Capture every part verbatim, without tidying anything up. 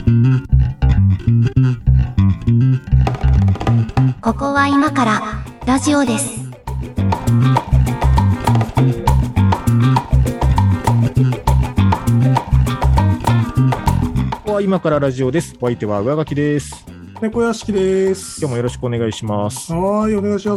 ここは今からラジオです。 ここは今からラジオです。お相手は上垣です。 猫屋敷です。 今日もよろしくお願いします。 はい、お願いします。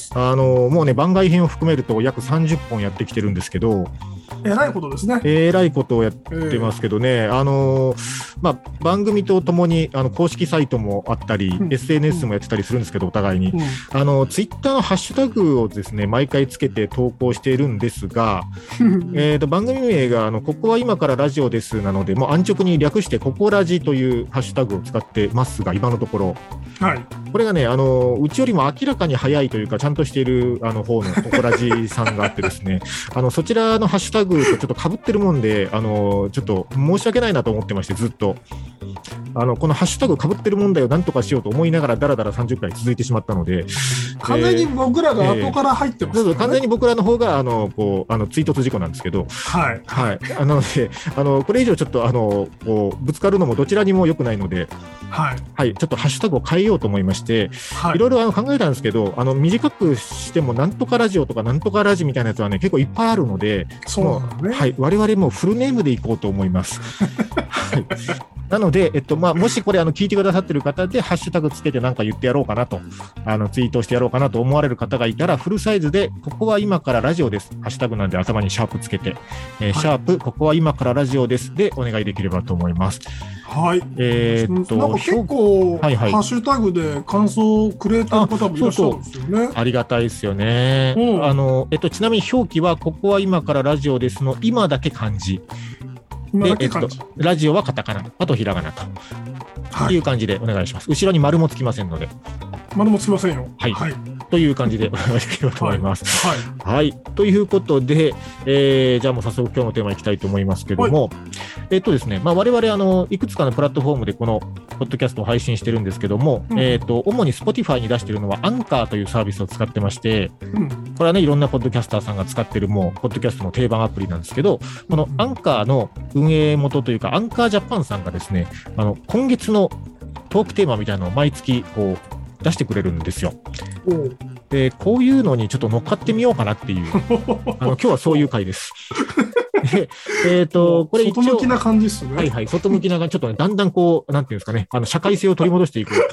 あのもうね、番外編を含めると約さんじゅっぽんやってきてるんですけど、 えらいことですね。 えらいことをやってますけどね、えー、あのまあ、番組とともにあの公式サイトもあったり、うん、エスエヌエス もやってたりするんですけど、お互いに、うん、あのツイッターのハッシュタグをですね毎回つけて投稿しているんですがえと番組名があのここは今からラジオですなので、もう安直に略してここラジというハッシュタグを使ってますが、今のところ、はい、これがね、あのうちよりも明らかに早いというか、ちゃんとしているあの方のここラジさんがあってですねあのそちらのハッシュタグとちょっと被ってるもんで、あのちょっと申し訳ないなと思ってまして、ずっとあのこのハッシュタグ被ってる問題をなんとかしようと思いながらだらだらさんじゅっかい続いてしまったので、 完全に僕らが後から入ってます、ね、 えー、完全に僕らの方があのこうあの追突事故なんですけど、 はい、はい、 なのであのこれ以上ちょっとあのこうぶつかるのもどちらにも良くないので、はいはい、ちょっとハッシュタグを変えようと思いまして、はい、いろいろあの考えたんですけど、あの短くしてもなんとかラジオとかなんとかラジみたいなやつはね結構いっぱいあるので、 そうなんだね、 はい、我々もフルネームでいこうと思います。はい、なので、えっとまあ、もしこれあの聞いてくださってる方でハッシュタグつけて何か言ってやろうかなと、あのツイートしてやろうかなと思われる方がいたら、フルサイズでここは今からラジオです、ハッシュタグなんで頭にシャープつけて、えー、シャープここは今からラジオですでお願いできればと思います。 はい、 えー、っとなんか結構、はいはい、ハッシュタグで感想をくれた方もいらっしゃるんですよね。そうそう、 ありがたいですよね。うん、あのえっと、ちなみに表記はここは今からラジオですの今だけ漢字で、えっと、ラジオはカタカナ、あとひらがなと、はい、いう感じでお願いします。後ろに丸もつきませんので。 丸もつきませんよ。 はい。はい、という感じでお願いできればと思います。 はい。 はいはい、ということで、えー、じゃあもう早速今日のテーマいきたいと思いますけども、はい、えっとですね、まあ、我々あのいくつかのプラットフォームでこのポッドキャストを配信してるんですけども、うん、えっと主に Spotify に出しているのはアンカーというサービスを使ってまして、うん、これはねいろんなポッドキャスターさんが使ってるもうポッドキャストの定番アプリなんですけど、このアンカーの運営元というかアンカージャパンさんがですね、あの今月のトークテーマみたいなのを毎月こう出してくれるんですよ。でこういうのにちょっと乗っかってみようかなっていうあの今日はそういう回です。でえーとこれ一応外向きな感じですね。 はいはい、外向きな感じ、ちょっとねだんだんこうなんていうんですかね、あの社会性を取り戻していく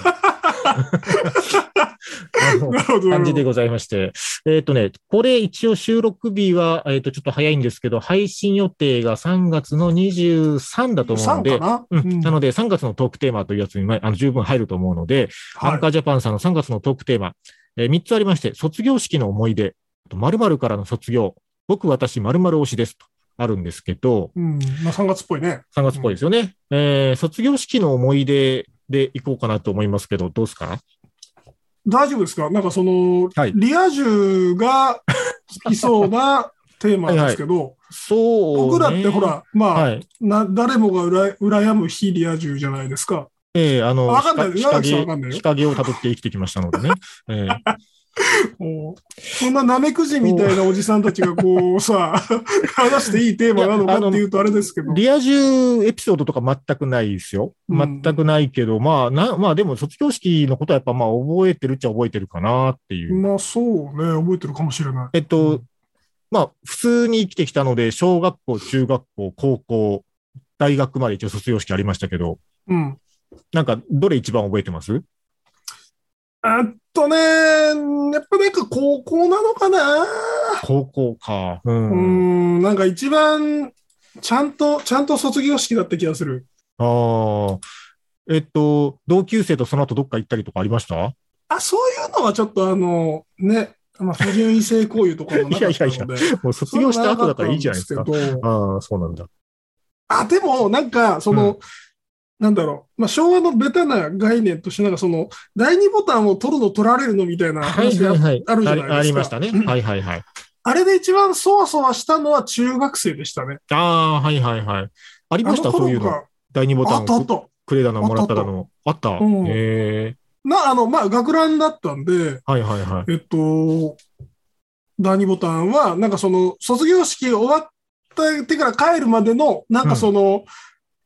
あの感じでございまして、えっとね、これ一応収録日は、えーとちょっと早いんですけど、配信予定がさんがつのにじゅうさんだと思うので、な、うんうん、なのでさんがつのトークテーマというやつにあの十分入ると思うので、はい、アンカージャパンさんのさんがつのトークテーマ、えー、みっつありまして、卒業式の思い出、〇〇からの卒業、僕私〇〇推しですとあるんですけど、 うん、まあ、さんがつっぽいね。 さんがつっぽいですよね。うん、えー、卒業式の思い出でいこうかなと思いますけど、どうですか？ 大丈夫ですか？なんかその、はい、リア充が好きそうなテーマですけど、はいはい、 そうね、 僕らってほら、まあ、はい、な誰もがうら羨む非リア充じゃないですか。 ええー、あの、 わかんない。 日陰、日陰をたどって生きてきましたのでね。えーそんなナメクジみたいなおじさんたちがこうさ話していいテーマなのかっていうとあれですけど、 リア充エピソードとか全くないですよ。全くないけど、うん、まあなまあでも卒業式のことはやっぱまあ覚えてるっちゃ覚えてるかなっていう。 まあそうね、覚えてるかもしれない。 えっと、うん、まあ普通に生きてきたので、小学校、中学校、高校、大学まで一応卒業式ありましたけど、うん、なんかどれ一番覚えてます？ あっとね、やっぱなんか高校なのかな。 高校か。うん。うん、なんか一番ちゃんとちゃんと卒業式だった気がする。 ああ、えっと同級生とその後どっか行ったりとかありました？ あ、そういうのはちょっとあのね、まあ不純異性行為とかもなかったので。いやいやいや、 もう卒業した後だからいいじゃないですか。ああ、そうなんだ。 あ、でもなんかその。うん、なんだろう、まあ、昭和のベタな概念として、なんかその、だいにボタンを取るの取られるのみたいな話があるじゃないですか。はいはいはい、あ, ありましたね。はいはいはい。あれで一番そわそわしたのは中学生でしたね。 ああ、はいはいはい。ありました、そういうの。だいにボタンをくれたのもらったの。あった。あった。うん、へな、あの、まあ、学ランだったんで、 はいはいはい。 えっと、だいにボタンは、なんかその、卒業式終わってから帰るまでの、なんかその、うん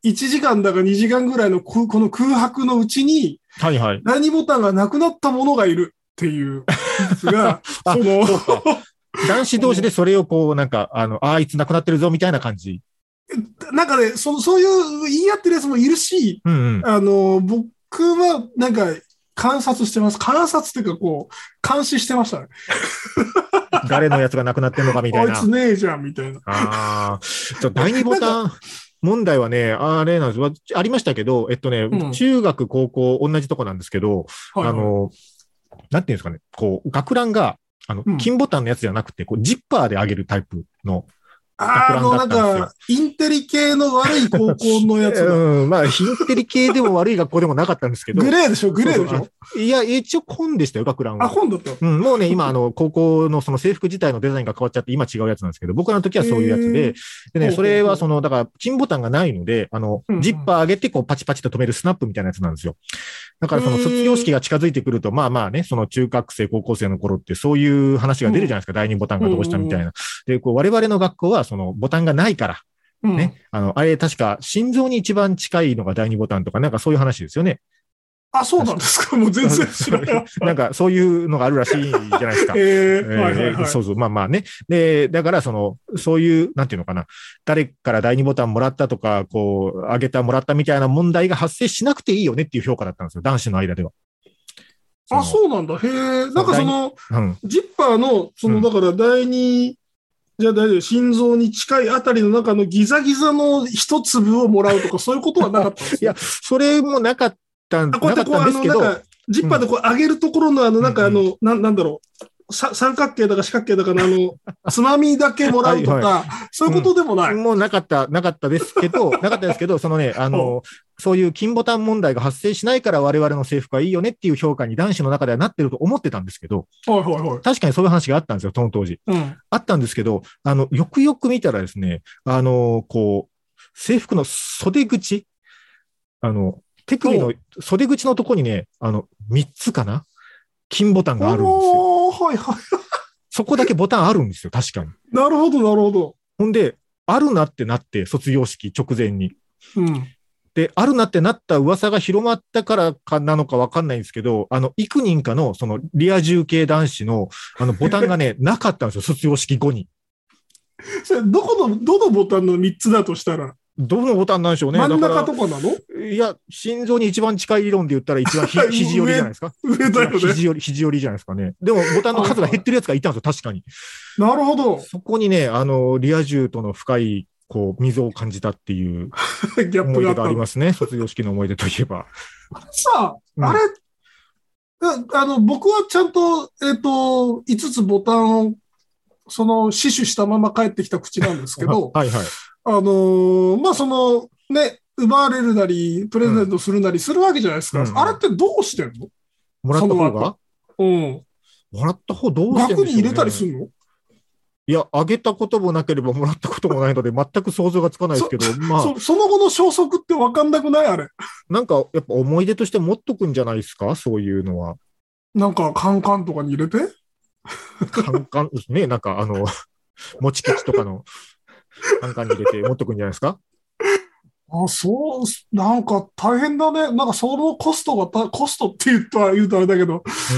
いちじかんだかにじかんぐらいのこの空白のうちに、 はいはい。 だいにボタンがなくなったものがいるっていう技術が、 あ、 その、 そうか。男子同士でそれをこう、なんか、あの、あ、あいつなくなってるぞみたいな感じ。 なんかね、そそういう言い合ってるやつもいるし、 うんうん。 あの、僕はなんか観察してます。観察っていうかこう、監視してましたね。 誰のやつがなくなってんのかみたいな。 あいつねえじゃん、みたいな。 ああ。だいにボタン問題はね、あれなんです。ありましたけど、えっとね、 うん、 中学、高校、同じとこなんですけど、 はいはい、 あの、なんていうんですかね、こう、学ランが、あの、 うん、 金ボタンのやつじゃなくて、こう、ジッパーで上げるタイプの学あの、なんランだったんですよ。 か、インテリ系の悪い高校のやつだ。 うん、まあ、インテリ系でも悪い学校でもなかったんですけど。 グレーでしょ、グレーでしょ。そうそういや、一応紺でしたよ、学ランは。 あ、紺だった。 うん、もうね、今、あの、高校のその制服自体のデザインが変わっちゃって、今違うやつなんですけど、僕らの時はそういうやつで、でね、それはその、だから、金ボタンがないので、あの、ジッパー上げて、こう、パチパチと止めるスナップみたいなやつなんですよ。だから、その卒業式が近づいてくると、まあまあね、その中学生、高校生の頃ってそういう話が出るじゃないですか、だいにボタンがどうしたみたいな。で、こう、我々の学校は、その、ボタンがないから、ね、あの、あれ、確か、心臓に一番近いのがだいにボタンとか、なんかそういう話ですよね。 あ、そうなんですか。もう全然知らない。 なんかそういうのがあるらしいじゃないですか。 えー、はいはいはい。 そうそう、まあまあね。で、だからその、そういう、なんていうのかな。誰からだいにボタンもらったとか、こう、上げたもらったみたいな問題が発生しなくていいよねっていう評価だったんですよ。男子の間では。 あ、そうなんだ。へえ。なんかその、うん、ジッパーの、その、だからだいに、じゃあ大丈夫。心臓に近いあたりの中のギザギザの一粒をもらうとか、そういうことはなかったんですか？ いや、それもなかった。 あ、こうやってこう、あの、なんか、ジッパーでこう上げるところの、あの、なんかあの、な、なんだろう。三角形だか四角形だかのあの、つまみだけもらうとか、はいはい、そういうことでもない、 うん。もうなかった、なかったですけど、なかったですけど、そのね、あの、そういう金ボタン問題が発生しないから我々の制服はいいよねっていう評価に男子の中ではなってると思ってたんですけど、 はいはいはい、 確かにそういう話があったんですよ、その当時。 うん、 あったんですけど、あの、よくよく見たらですね、あの、こう、制服の袖口、あの、手首の袖口のとこにね、あの、三つかな金ボタンがあるんですよ。 はいはい。 そこだけボタンあるんですよ、確かに。 なるほど、なるほど。 ほんで、あるなってなって、卒業式直前に。 うん。 で、あるなってなった噂が広まったからかなのかわかんないんですけど、あの、幾人かの、その、リア充系男子の、あの、ボタンがね、なかったんですよ、卒業式後に。 それ、どこの、どのボタンの三つだとしたらどのボタンなんでしょうね。 真ん中とかなの？ いや、心臓に一番近い理論で言ったら一番ひ肘寄りじゃないですか。 上、上だよね。 肘寄り、肘寄りじゃないですかね。でも、ボタンの数が減ってるやつがいたんですよ、確かに。 なるほど。 そこにね、あの、リア充との深い、こう、溝を感じたっていう思い出がありますね。卒業式の思い出といえば。 さあ、うん、あれ、あの、僕はちゃんと、えっと、いつつボタンを、その、死守したまま帰ってきた口なんですけど、 はいはい。 あのー、まあ、その、ね、奪われるなり、プレゼントするなりするわけじゃないですか。うん、あれってどうしてんの？ もらった方が？ うん。 もらった方どうしてんの？ 額に入れたりするの？ いや、あげたこともなければもらったこともないので、全く想像がつかないですけど、まあそ。その後の消息って分かんなくないあれ。 なんか、やっぱ思い出として持っとくんじゃないですか？そういうのは。 なんか、カンカンとかに入れて？ カンカンですね。なんか、あの、餅吉とかのカンカンに入れて持っとくんじゃないですか？ あ、そう、なんか大変だね。なんかそのコストがた、コストって言うとは言うとあれだけど、うん、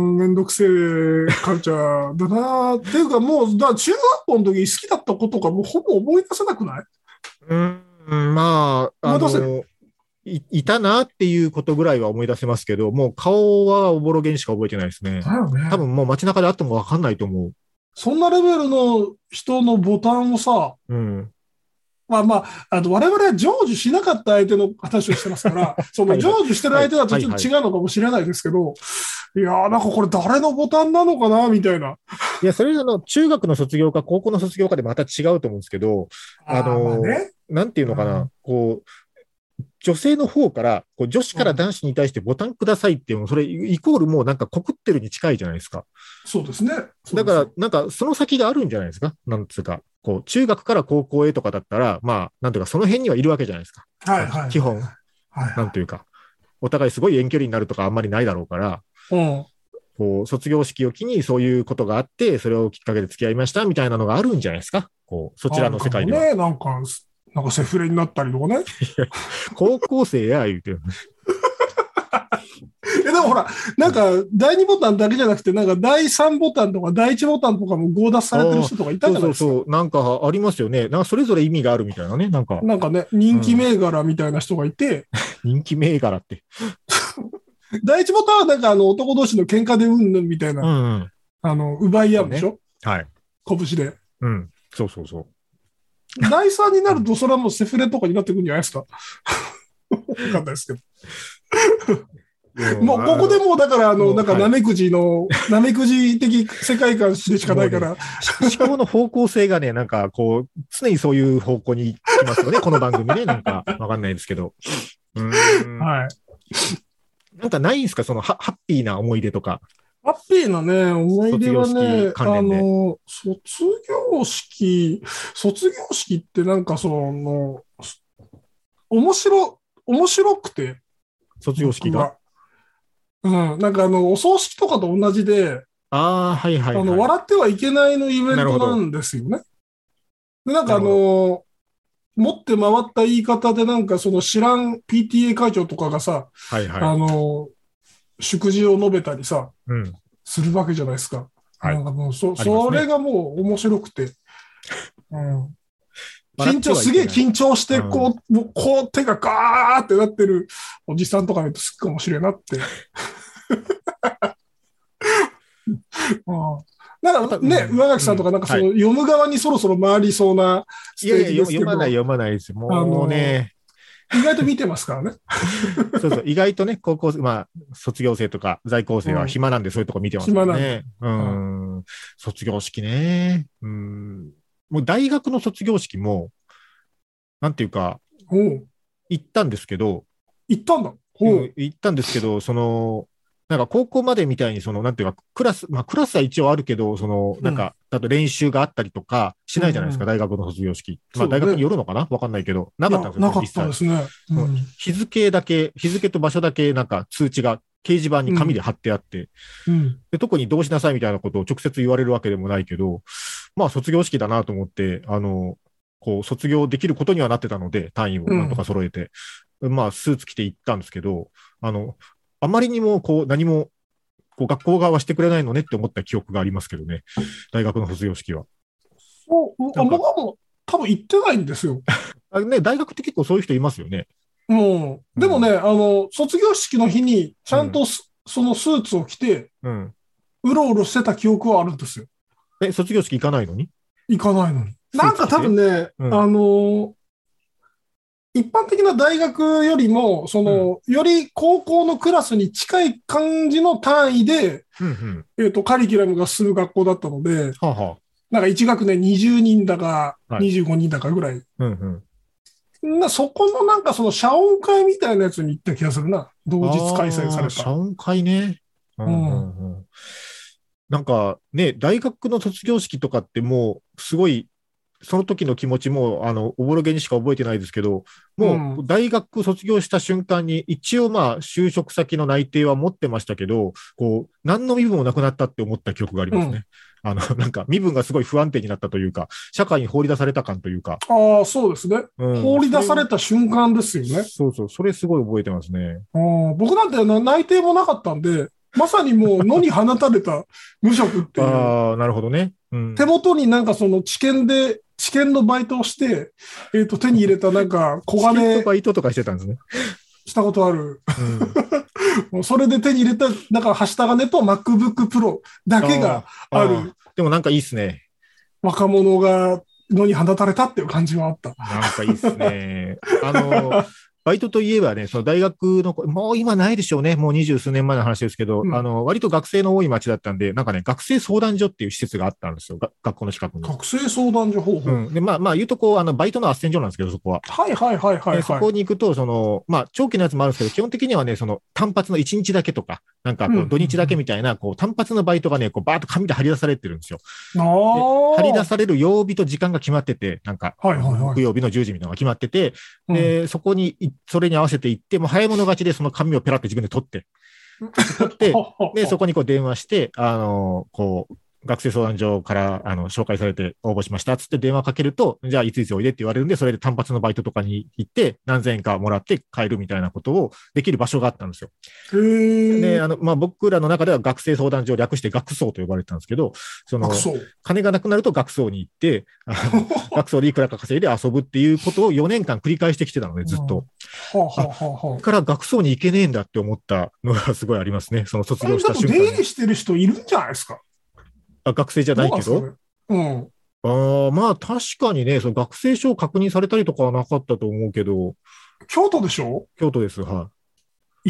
ん、めんどくせえカルチャーだな。っていうかもう、だ中学校の時好きだったことがもうほぼ思い出せなくない？ うん、まあ、あの、い, いたなっていうことぐらいは思い出せますけど、もう顔はおぼろげにしか覚えてないですね。 だよね。 多分もう街中であってもわかんないと思う。 そんなレベルの人のボタンをさ、 うん、 まあまあ、あの我々は成就しなかった相手の話をしてますから、その成就してる相手だとちょっと違うのかもしれないですけど、いやーなんかこれ誰のボタンなのかなみたいな。 いや、それあの、中学の卒業か高校の卒業かでまた違うと思うんですけど、あの、あね、なんていうのかな、うん、こう、女性の方から、こう女子から男子に対してボタンくださいっていうの、それイコールもうなんか告ってるに近いじゃないですか。 そうですね。 だから、なんかその先があるんじゃないですか。なんつうか、こう、中学から高校へとかだったら、まあ、なんていうか、その辺にはいるわけじゃないですか。 はいはい。 基本、なんていうか、お互いすごい遠距離になるとかあんまりないだろうから、 うん、 こう、卒業式を機にそういうことがあって、それをきっかけで付き合いましたみたいなのがあるんじゃないですか。こう、そちらの世界では。 ね、なんか、 なんかセフレになったりとかね。 高校生や、言うてる。 え、でもほら、なんか、だいにボタンだけじゃなくて、なんかだいさんボタンとかだいいちボタンとかも強奪されてる人とかいたじゃないですか。 そうそうそう。なんかありますよね。なんかそれぞれ意味があるみたいなね。なんか。 なんかね、人気銘柄みたいな人がいて。 うん、人気銘柄って。 だいいちボタンはなんかあの男同士の喧嘩でうんぬんみたいな、うんうん、あの、奪い合うんでしょ、ね、 はい。 拳で。 うん。そうそうそう。 だいさんになると、それはもうセフレとかになってくるんじゃないですか。わかんないですけど。もうここでもうだからあのなんかなめくじのなめくじ的世界観でしかないから、 ね、思考の方向性がねなんかこう常にそういう方向に行きますよねこの番組ねなんかわかんないですけど、うーん、はい、なんかないんですかそのハッピーな思い出とか。 ハッピーなね思い出はねあの卒業式卒業式ってなんかその面白面白くて卒業式がうん、なんかあの、お葬式とかと同じで、 ああ、はいはい、はい。 あの、笑ってはいけないのイベントなんですよね。で、なんかあの、持って回った言い方でなんかその知らん ピーティーエー 会長とかがさ、はいはい、あの、祝辞を述べたりさ、うん、するわけじゃないですか。はい、なんかもうそ、それがもう面白くて。うん、緊張、すげえ緊張して、こう、うん、こう手がガーってなってるおじさんとか見るとすっごい面白いなって。なんかね、上垣さんとかなんかその読む側にそろそろ回りそうなステージですけど。 いやいや、読まない読まないですよ。もうね。 意外と見てますからね。 そうそう、意外とね、高校生、まあ、卒業生とか在校生は暇なんでそういうとこ見てますよね。うん。卒業式ね。うん。もう大学の卒業式も、なんていうか、行ったんですけど、 行ったんだ、 うん、行ったんですけど、その、なんか高校までみたいに、その、なんていうか、クラス、まあクラスは一応あるけど、その、なんか、あと練習があったりとかしないじゃないですか、うん、大学の卒業式。まあ大学によるのかなわかんないけど、なかったんですよ、 なかったですね。 うん、日付だけ、日付と場所だけ、なんか通知が掲示板に紙で貼ってあって、うん、で、特にどうしなさいみたいなことを直接言われるわけでもないけど、まあ卒業式だなと思って、あの、こう、卒業できることにはなってたので、単位をなんとか揃えて、うん、まあ、スーツ着て行ったんですけど、あの、あまりにも、こう、何も、こう、学校側はしてくれないのねって思った記憶がありますけどね。大学の卒業式は。 そう、僕はもう、多分行ってないんですよ。 あね、大学って結構そういう人いますよね。 もう、でもね、うん、あの、卒業式の日に、ちゃんと、うん、そのスーツを着て、うん、うろうろしてた記憶はあるんですよ。 え、卒業式行かないのに？ 行かないのに。なんか多分ね、うん、あの、一般的な大学よりも、その、うん、より高校のクラスに近い感じの単位で、うんうん、えっと、カリキュラムが進む学校だったので、ははなんかいち学年にじゅうにんだか、にじゅうごにんだかぐらい。はいうんうん、なそこのなんかその謝恩会みたいなやつに行った気がするな。同日開催された。 謝恩会ね。うんうんうん、なんかね、大学の卒業式とかってもう、すごい、その時の気持ちも、あの、おぼろげにしか覚えてないですけど、もう大学卒業した瞬間に、一応まあ、就職先の内定は持ってましたけど、こう、何の身分もなくなったって思った記憶がありますね。うん、あの、なんか、身分がすごい不安定になったというか、社会に放り出された感というか。 ああ、そうですね、うん。放り出された瞬間ですよね。 そうそう、それすごい覚えてますね。 あ僕なんて内定もなかったんで、まさにもう野に放たれた無職っていう。 ああ、なるほどね。 うん、手元になんかその知見で、知見のバイトをして、えっ、ー、と、手に入れたなんか小金。知見のバイトとかしてたんですね。 したことある。うん、もうそれで手に入れた、なんか、はした金と MacBook Pro だけがある。あでもなんかいいっすね。 若者が野に放たれたっていう感じはあった。 なんかいいっすね。あの、バイトといえばね、その大学の、もう今ないでしょうね。もう二十数年前の話ですけど、うん、あの、割と学生の多い町だったんで、なんかね、学生相談所っていう施設があったんですよ。学校の近くに。 学生相談所方法、 うん。で、まあまあ言うとこう、あの、バイトの斡旋所なんですけど、そこは。 はいはいはいはい、はい。 そこに行くと、その、まあ、長期のやつもあるんですけど、基本的にはね、その、単発のいちにちだけとか、なんかこう、土日だけみたいな、こう、単発のバイトがね、こう、バーッと紙で貼り出されてるんですよ。で貼り出される曜日と時間が決まってて、なんか、はいはいはい、木曜日のじゅうじみたいなのが決まってて、で、うん、そこに、それに合わせて行って、もう早い者勝ちでその紙をペラって自分で取って、取って、で、そこにこう電話して、あのー、こう、 学生相談所からあの紹介されて応募しましたっつって電話かけると、じゃあいついつおいでって言われるんで、それで単発のバイトとかに行って何千円かもらって帰るみたいなことをできる場所があったんですよ。 へで、あの、まあ、僕らの中では学生相談所、略して学僧と呼ばれてたんですけど、その、金がなくなると学僧に行って、学僧でいくらか稼いで遊ぶっていうことをよねんかん繰り返してきてたので、ずっと。 はあはあはあはあ、 から学僧に行けねえんだって思ったのがすごいありますね。その卒業した瞬間に。 出入りしてる人いるんじゃないですか。 あ、学生じゃないけど。 うん。 ああ、まあ確かにね、その学生証確認されたりとかはなかったと思うけど。 京都でしょ？ 京都です。はい。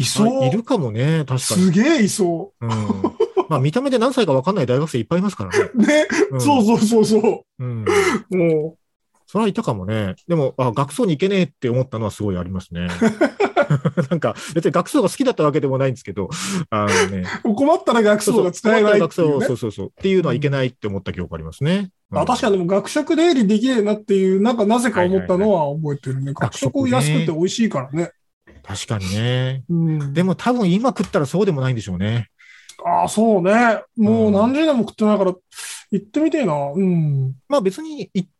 いそう。 いるかもね、確かに。 すげえいそう。 うん。まあ見た目で何歳か分かんない大学生いっぱいいますからね。 ね、うん、そうそうそうそう。 うん。 もう。 それはいたかもね。でも、あ、学僧に行けねえって思ったのはすごいありますね。なんか、別に学僧が好きだったわけでもないんですけど、あのね。 困ったら学僧が使えないっていう、ね。 そうそうそうそう。っていうのはいけないって思った記憶ありますね。 うん、あ、確かにでも学食出入りできねえなっていう、なんかなぜか思ったのは覚えてるね。はいはいはい、学食安くて美味しいからね。 確かにね。 うん、 でも多分今食ったらそうでもないんでしょうね。 ああ、そうね。もう何十年も食ってないから、行ってみてえな。うん。 まあ別に行って、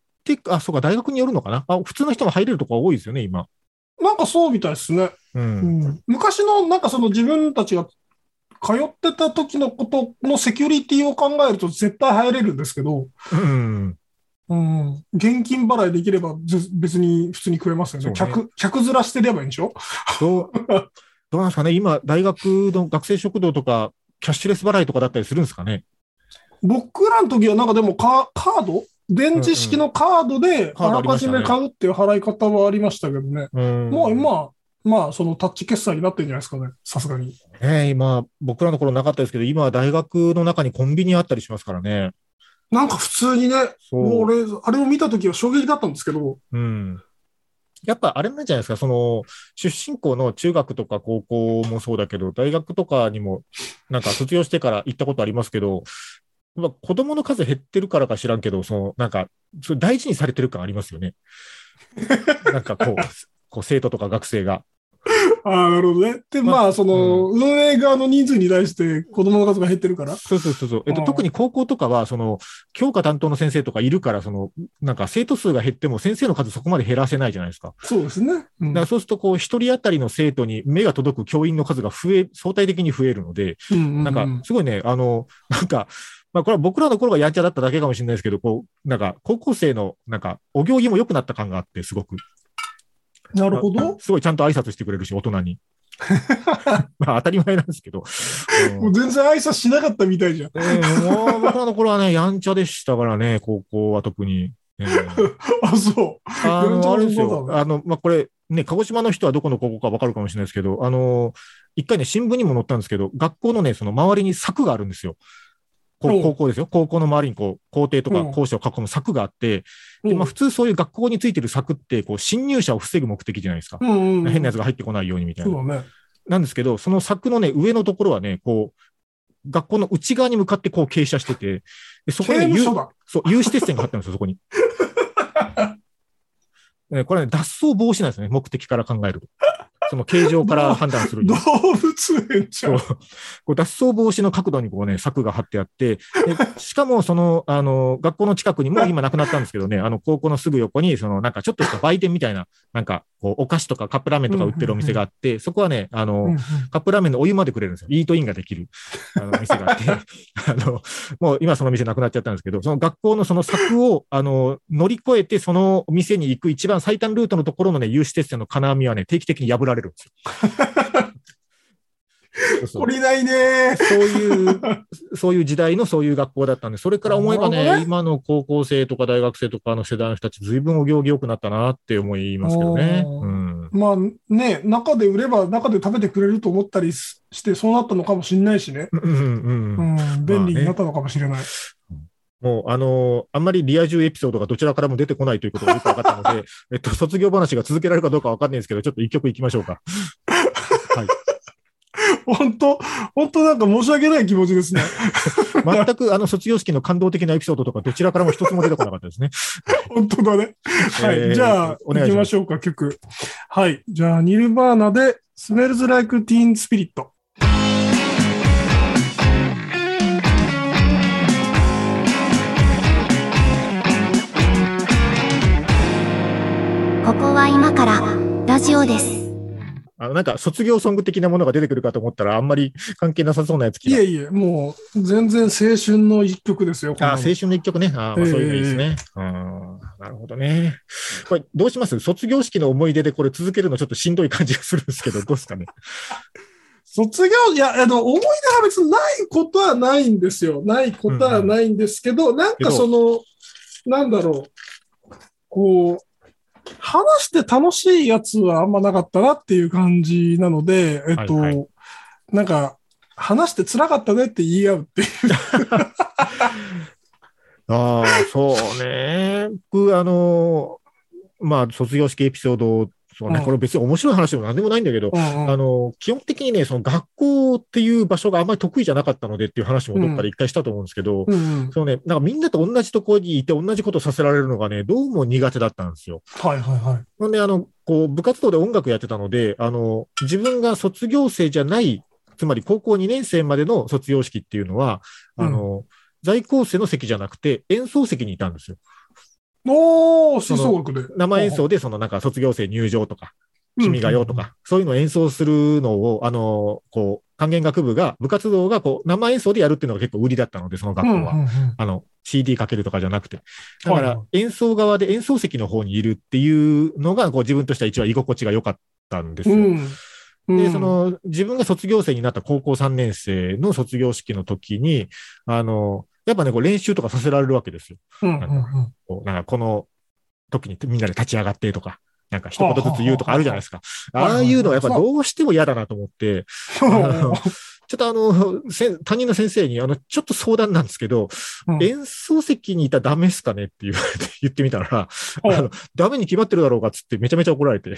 あ、そうか、大学によるのかな。あ、普通の人も入れるところ多いですよね、今。 なんかそうみたいですね。 うん。 うん、昔の、なんかその自分たちが通ってた時のことのセキュリティを考えると絶対入れるんですけど、 うん。 うん、現金払いできれば別に普通に食えますよね。ね、客、客面してればいいんでしょ？ どう、どうなんですかね。今、大学の学生食堂とか、キャッシュレス払いとかだったりするんですかね。 僕らの時はなんかでもカ、カード電池式のカードであらかじめ買うっていう払い方はありましたけどね。もう今、まあ、そのタッチ決済になってるんじゃないですかね。さすがに。 ええ、今、僕らの頃なかったですけど、今は大学の中にコンビニあったりしますからね。 なんか普通にね、もう俺、あれを見た時は衝撃だったんですけど。 うん。やっぱあれなんじゃないですか、その、出身校の中学とか高校もそうだけど、大学とかにも、なんか卒業してから行ったことありますけど、まあ、子供の数減ってるからか知らんけど、その、なんか、それ大事にされてる感ありますよね。なんかこう、こう生徒とか学生が。 ああ、なるほどね。で、まあ、まあ、その、うん、運営側の人数に対して子供の数が減ってるから。 そうそうそうそう。えっと、特に高校とかは、その、教科担当の先生とかいるから、その、なんか生徒数が減っても先生の数そこまで減らせないじゃないですか。 そうですね。 うん、だからそうすると、こう、一人当たりの生徒に目が届く教員の数が増え、相対的に増えるので、 うんうんうん、 なんか、すごいね、あの、なんか、まあ、これは僕らの頃がやんちゃだっただけかもしれないですけど、こう、なんか、高校生の、なんか、お行儀も良くなった感があって、すごく。 なるほど。 すごいちゃんと挨拶してくれるし、大人に。まあ当たり前なんですけど。 うん、もう全然挨拶しなかったみたいじゃん。 えー、もう僕らの頃はね、やんちゃでしたからね、高校は特に。えー、 あ、そう。 あの、あれですよ。あの、まあ、これ、ね、鹿児島の人はどこの高校かわかるかもしれないですけど、あの、一回ね、新聞にも載ったんですけど、学校のね、その周りに柵があるんですよ。高校ですよ。高校の周りにこう、校庭とか校舎を囲む柵があって、で、まあ普通そういう学校についてる柵って、こう、侵入者を防ぐ目的じゃないですか。 うんうんうん、 変なやつが入ってこないようにみたいな。 そうだね。 なんですけど、その柵のね、上のところはね、こう、学校の内側に向かってこう傾斜してて、でそこに、ね、そう、有刺鉄線が張ってるんですよ、そこに。これね、脱走防止なんですね、目的から考えると。その形状から判断する。 動物園じゃん。 そう。こう脱走防止の角度にこうね、柵が張ってあって、でしかもその、あの、学校の近くにも今なくなったんですけどね、あの、高校のすぐ横に、その、なんかちょっとした売店みたいな、なんか、こう、お菓子とかカップラーメンとか売ってるお店があって、うんうんうん、そこはね、あの、うんうん、カップラーメンのお湯までくれるんですよ。イートインができる、あの、店があって、あの、もう今その店なくなっちゃったんですけど、その学校のその柵を、あの、乗り越えて、その店に行く一番最短ルートのところのね、有刺鉄線の金網はね、定期的に破られるんですよ。 懲りないね。 そういう、そういう時代のそういう学校だったんで、それから思えばね、ね今の高校生とか大学生とかの世代の人たち、ずいぶんお行儀良くなったなって思いますけどね。うん、 まあね、中で売れば中で食べてくれると思ったりして、そうなったのかもしれないしね。 うんうんうんうん、便利になったのかもしれない。まあね、 もう、あのー、あんまりリア充エピソードがどちらからも出てこないということがよく分かったので、えっと、卒業話が続けられるかどうか分かんないんですけど、ちょっと一曲行きましょうか。はい。 本当、本当なんか申し訳ない気持ちですね。 全くあの卒業式の感動的なエピソードとかどちらからも一つも出てこなかったですね。 本当だね。はい。えー、じゃあ、行きましょうか、曲。はい。じゃあ、ニルバーナで、Smells Like Teen Spirit。 ここは今からラジオです。 あのなんか卒業ソング的なものが出てくるかと思ったらあんまり関係なさそうなやつ来た。 いえいえ、もう全然青春の一曲ですよ。 あ、青春の一曲ね。あ、まあ、そういうのいいですね。えー、あ、なるほどね。これどうします？卒業式の思い出でこれ続けるのちょっとしんどい感じがするんですけど、どうですかね。 卒業、いや、あの、思い出は別にないことはないんですよ。ないことはないんですけど、うんうん、なんかその、なんだろう、こう、話して楽しいやつはあんまなかったなっていう感じなので、えっと、はいはい、なんか、話して辛かったねって言い合うっていう。 ああ、そうね。僕、あの、まあ、卒業式エピソード、そうね、うん、これ別に面白い話でも何でもないんだけど、うんうん、あの、基本的にね、その学校っていう場所があんまり得意じゃなかったのでっていう話もどっかで一回したと思うんですけど、うんうん、そのね、なんかみんなと同じところにいて同じことさせられるのがね、どうも苦手だったんですよ。 はいはいはい。 なんで、あの、こう、部活動で音楽やってたので、あの、自分が卒業生じゃない、つまり高校にねん生までの卒業式っていうのは、あの、うん、在校生の席じゃなくて演奏席にいたんですよ。 おー、吹奏楽で。 生演奏で、そのなんか卒業生入場とか、君が代とか、うん、そういうのを演奏するのを、あの、こう、管弦楽部が、部活動がこう、生演奏でやるっていうのが結構売りだったので、その学校は。うんうんうん、あの、シーディー かけるとかじゃなくて。だから、演奏側で演奏席の方にいるっていうのが、こう、自分としては一番居心地が良かったんですよ。うんうん、で、その、自分が卒業生になった高校さんねん生の卒業式の時に、あの、やっぱね、こう練習とかさせられるわけですよ。うんうんうん、なんかこう、なんかこの時にみんなで立ち上がってとか、なんか一言ずつ言うとかあるじゃないですか。ああいうのはやっぱどうしても嫌だなと思って、ちょっとあの、担任の先生に、あの、ちょっと相談なんですけど、うん、演奏席にいたらダメっすかねって言われて言ってみたら、あの、ダメに決まってるだろうかっつってめちゃめちゃ怒られて。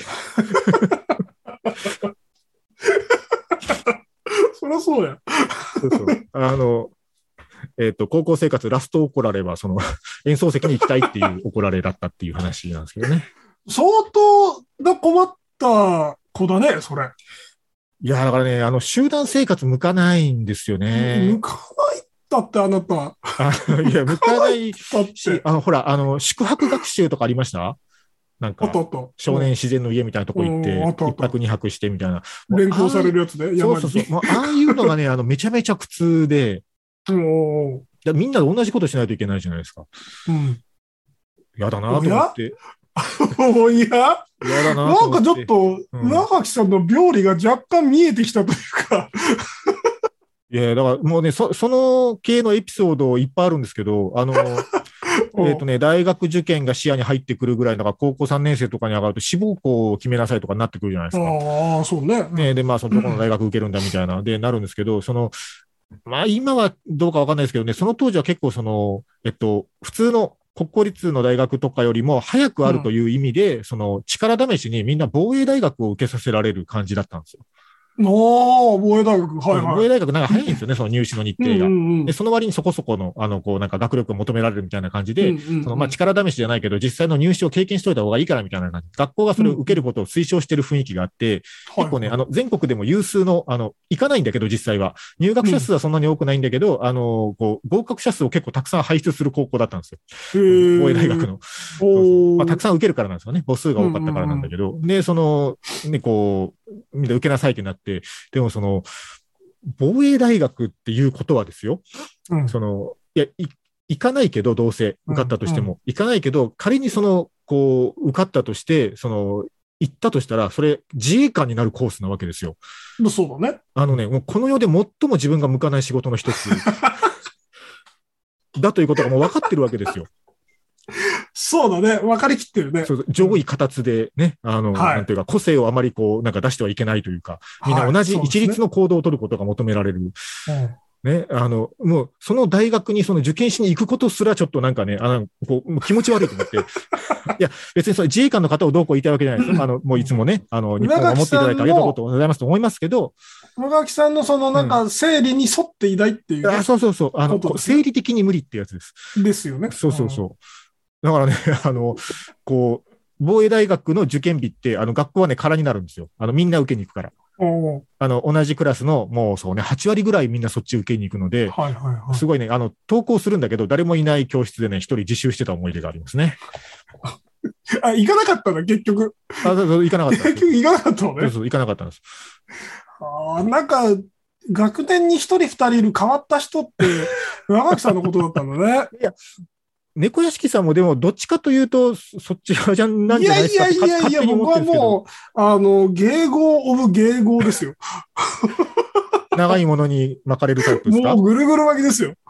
そりゃそうや。 そうそう。あの、えっと、高校生活ラスト怒られは、その、演奏席に行きたいっていう怒られだったっていう話なんですけどね。 相当な困った子だね、それ。 いや、だからね、あの、集団生活向かないんですよね。 向かないだって、あなた。 あいや、向かないし、あの、ほら、あの、宿泊学習とかありました？なんか、少年自然の家みたいなとこ行って、一泊二泊してみたいな。 連行されるやつね、 山に。そうそうそう。もうああいうのがね、あの、めちゃめちゃ苦痛で、おみんなで同じことしないといけないじゃないですか。うん。やだなと思って。 おややだななんかちょっと、うん、長木さんの病理が若干見えてきたというか。 いや、だからもうね、そ、その系のエピソードいっぱいあるんですけど、あの、えっとね、大学受験が視野に入ってくるぐらいだから、高校さんねん生とかに上がると志望校を決めなさいとかになってくるじゃないですか。 ああ、そうね。 ねで、まあ、そのところの大学受けるんだみたいな、で、なるんですけど、その、まあ、今はどうかわかんないですけどね、その当時は結構その、えっと、普通の国公立の大学とかよりも早くあるという意味で、うん、その力試しにみんな防衛大学を受けさせられる感じだったんですよ。 ああ、防衛大学。はいはい。 防衛大学なんか早いんですよね、その入試の日程が。うんうんうん、で、その割にそこそこの、あの、こう、なんか学力を求められるみたいな感じで、うんうんうん、その、まあ、力試しじゃないけど、実際の入試を経験しといた方がいいからみたいな感じ。学校がそれを受けることを推奨している雰囲気があって、うん、結構ね、はいはい、あの、全国でも有数の、あの、行かないんだけど、実際は。入学者数はそんなに多くないんだけど、うん、あの、こう、合格者数を結構たくさん輩出する高校だったんですよ。防衛大学の。そうそうまあ、たくさん受けるからなんですよね。母数が多かったからなんだけど。うんうんうん、で、その、ね、こう、みんな受けなさいってなって、でもその、防衛大学っていうことはですよ。うん、その、いや、い、行かないけど、どうせ受かったとしても、うんうん、行かないけど、仮にその、こう、受かったとして、その、行ったとしたら、それ、自衛官になるコースなわけですよ。 そうだね。 あのね、もうこの世で最も自分が向かない仕事の一つだということがもう分かってるわけですよ。 そうだね。分かりきってるね。 そう上位形でね、あの、はい、なんていうか、個性をあまりこう、なんか出してはいけないというか、みんな同じ一律の行動を取ることが求められる。はい、ね、あの、もう、その大学にその受験しに行くことすらちょっとなんかね、あの、こう、気持ち悪いと思って。いや、別にその自衛官の方をどうこう言いたいわけじゃないですよ。あの、もういつもね、あの、日本を守っていただいてありがとうございますと思いますけど、 野垣さんのそのなんか、生理に沿っていないっていう、ねうん。あ、そうそうそう。あの、生理的に無理ってやつです。 ですよね。 そうそうそう。うんだからね、あの、こう、防衛大学の受験日って、あの、学校はね、空になるんですよ。あの、みんな受けに行くから。あの、同じクラスの、もうそうね、はち割ぐらいみんなそっち受けに行くので、はいはいはい、すごいね、あの、登校するんだけど、誰もいない教室でね、一人自習してた思い出がありますね。 あ、行かなかったんだ、結局。 あ、そうそう、行かなかった。 結局行かなかったのね。 そうそう、行かなかったんです。 あなんか、学年に一人二人いる変わった人って、上垣さんのことだったんだね。 いや、猫屋敷さんもでも、どっちかというと、そっち側じゃなんじゃないですか。 いやいやいやいや、僕はもう、あの、迎合オブ迎合ですよ。 長いものに巻かれるタイプですか？ もうぐるぐる巻きですよ。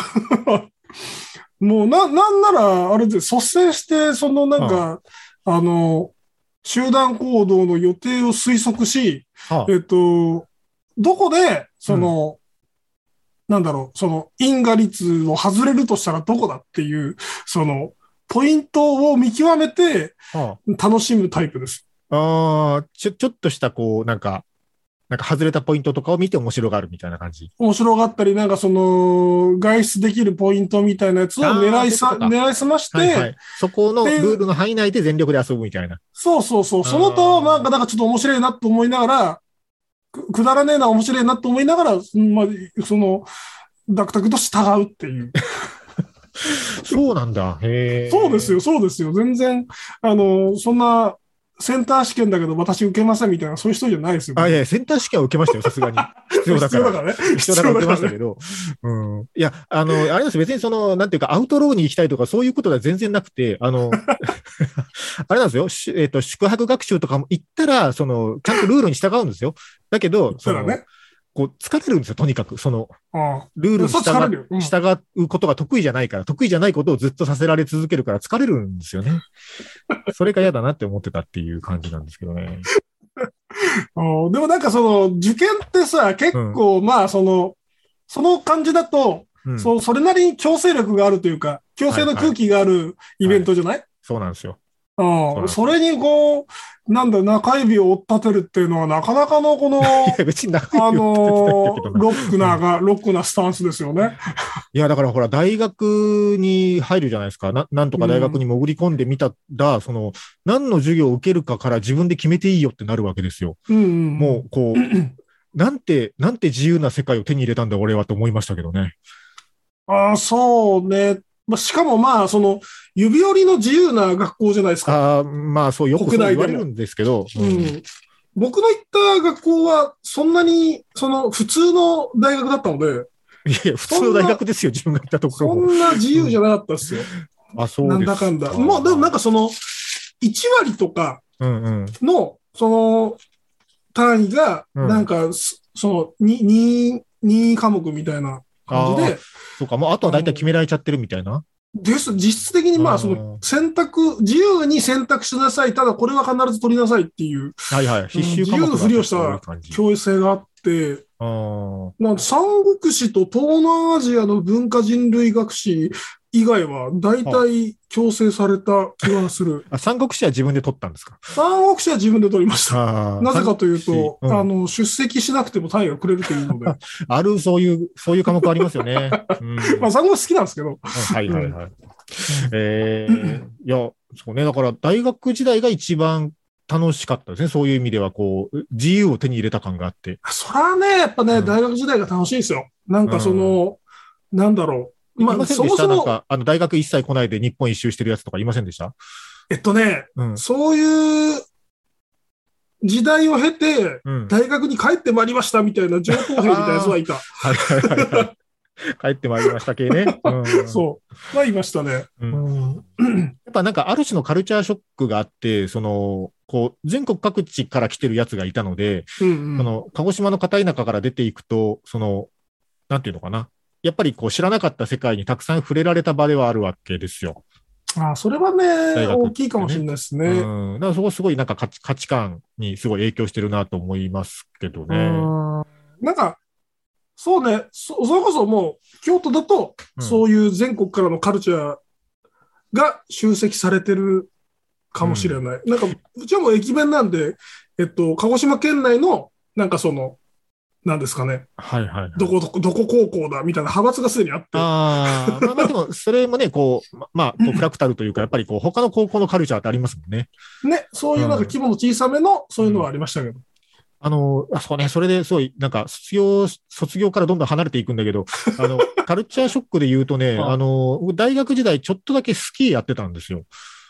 もうな、なんなら、あれで率先して、そのなんか、あ, あの、集団行動の予定を推測し、はあ、えっと、どこで、その、うん、なんだろう、その因果率を外れるとしたらどこだっていう、その、ポイントを見極めて、楽しむタイプです。 はあ、あちょ、ちょっとした、こう、なんか、なんか外れたポイントとかを見て面白がるみたいな感じ。 面白がったり、なんかその、外出できるポイントみたいなやつを狙いさ、狙いすまして、はいはい、 そこのルールの範囲内で全力で遊ぶみたいな。 そうそうそう。そのと、なんか、なんかちょっと面白いなと思いながら、く, くだらねえな、面白いなと思いながら、まあ、その、ダクダクと従うっていう。 そうなんだ。へそうですよ、そうですよ。全然、あの、そんな、センター試験だけど私受けませんみたいな、そういう人じゃないですよ。 あ、いや、センター試験は受けましたよ、さすがに。必要だから。必要だからね。必要だから受けましたけど。うん。いや、あの、あれです、別にその、なんていうか、アウトローに行きたいとか、そういうことでは全然なくて、あの、あれなんですよ、えっと、宿泊学習とかも行ったら、その、ちゃんとルールに従うんですよ。だけど、その、ね、こう、疲れるんですよ、とにかく。その、ルールに従う、うん、従うことが得意じゃないから、得意じゃないことをずっとさせられ続けるから疲れるんですよね。それが嫌だなって思ってたっていう感じなんですけどね。 でもなんかその、受験ってさ、結構、うん、まあ、その、その感じだと、うん、そ, それなりに強制力があるというか、強制の空気があるイベントじゃない？はいはい、 そうなんですよ。 ああ、それにこう、なんだ、中指を追っ立てるっていうのはなかなかのこの、いや別に中指を追っ立ててないけどな、 あのー、ロックなが、ロックなスタンスですよね。 いや、だからほら、大学に入るじゃないですか。な、なんとか大学に潜り込んでみたら、うん、その、何の授業を受けるかから自分で決めていいよってなるわけですよ。 うんうん、 もう、こう、なんて、なんて自由な世界を手に入れたんだ、俺はと思いましたけどね。 ああ、そうね。まあ、しかもまあ、その、指折りの自由な学校じゃないですか。 ああ、まあ、そう、よくそう言われるんですけど。 うんうん、僕の行った学校は、そんなに、その、普通の大学だったので。 いや、普通の大学ですよ、自分が行ったところも。そんな自由じゃなかったですよ。 うん、あ、そうですか。 なんだかんだ。まあ、でもなんかその、いち割とかの、うんうん、その、単位が、なんか、うん、その、に、に科目みたいな感じで。 そうか、もうあとは大体決められちゃってるみたいな。 です。実質的にまあ、その、選択、自由に選択しなさい。ただ、これは必ず取りなさいっていう。 はいはい。必修科目自由のふりをした教育性があって、なん三国史と東南アジアの文化人類学史以外は大体強制された気がする。 あ、三国史は自分で取ったんですか？ 三国史は自分で取りました。なぜかというと、うん、あの、出席しなくても単位がくれるというので。 ある、そういう、そういう科目ありますよね。 うん、まあ、三国史好きなんですけど。 はいはいはい。うん、えー、いや、そうね。だから大学時代が一番楽しかったですね。そういう意味では、こう、自由を手に入れた感があって。 それはね、やっぱね、うん、大学時代が楽しいですよ。なんかその、うん、なんだろう。 まあ、いませんでした？そもそもなんか、あの、大学一切来ないで日本一周してるやつとかいませんでした？ えっとね、うん、そういう時代を経て、大学に帰ってまいりましたみたいな上等兵みたいなやつはいた。 はいはいはいはい。帰ってまいりました系ね。 うん、そう。はいましたね、うん。 やっぱなんかある種のカルチャーショックがあって、その、こう、全国各地から来てるやつがいたので、うんうん、その、鹿児島の片田舎から出ていくと、その、なんていうのかな。やっぱりこう知らなかった世界にたくさん触れられた場ではあるわけですよ。 ああ、それはね、ね、大きいかもしれないですね。 うん。だからそこすごいなんか価値、価値観にすごい影響してるなと思いますけどね。 なんか、そうねそ、それこそもう、京都だと、そういう全国からのカルチャーが集積されてるかもしれない。うん、なんか、うちはもう駅弁なんで、えっと、鹿児島県内の、なんかその、なんですかね。 はいはい、はい。 どこどこ、どこ高校だみたいな派閥がすでにあって。 ああ、まあまあでも、それもね、こう、まあ、こうフラクタルというか、やっぱりこう、他の高校のカルチャーってありますもんね。 ね、そういうなんか規模の小さめの、そういうのはありましたけど。うん、 あの、あ、そうね、それですごい、なんか、卒業、卒業からどんどん離れていくんだけど、あの、カルチャーショックで言うとね、あの、大学時代ちょっとだけスキーやってたんですよ。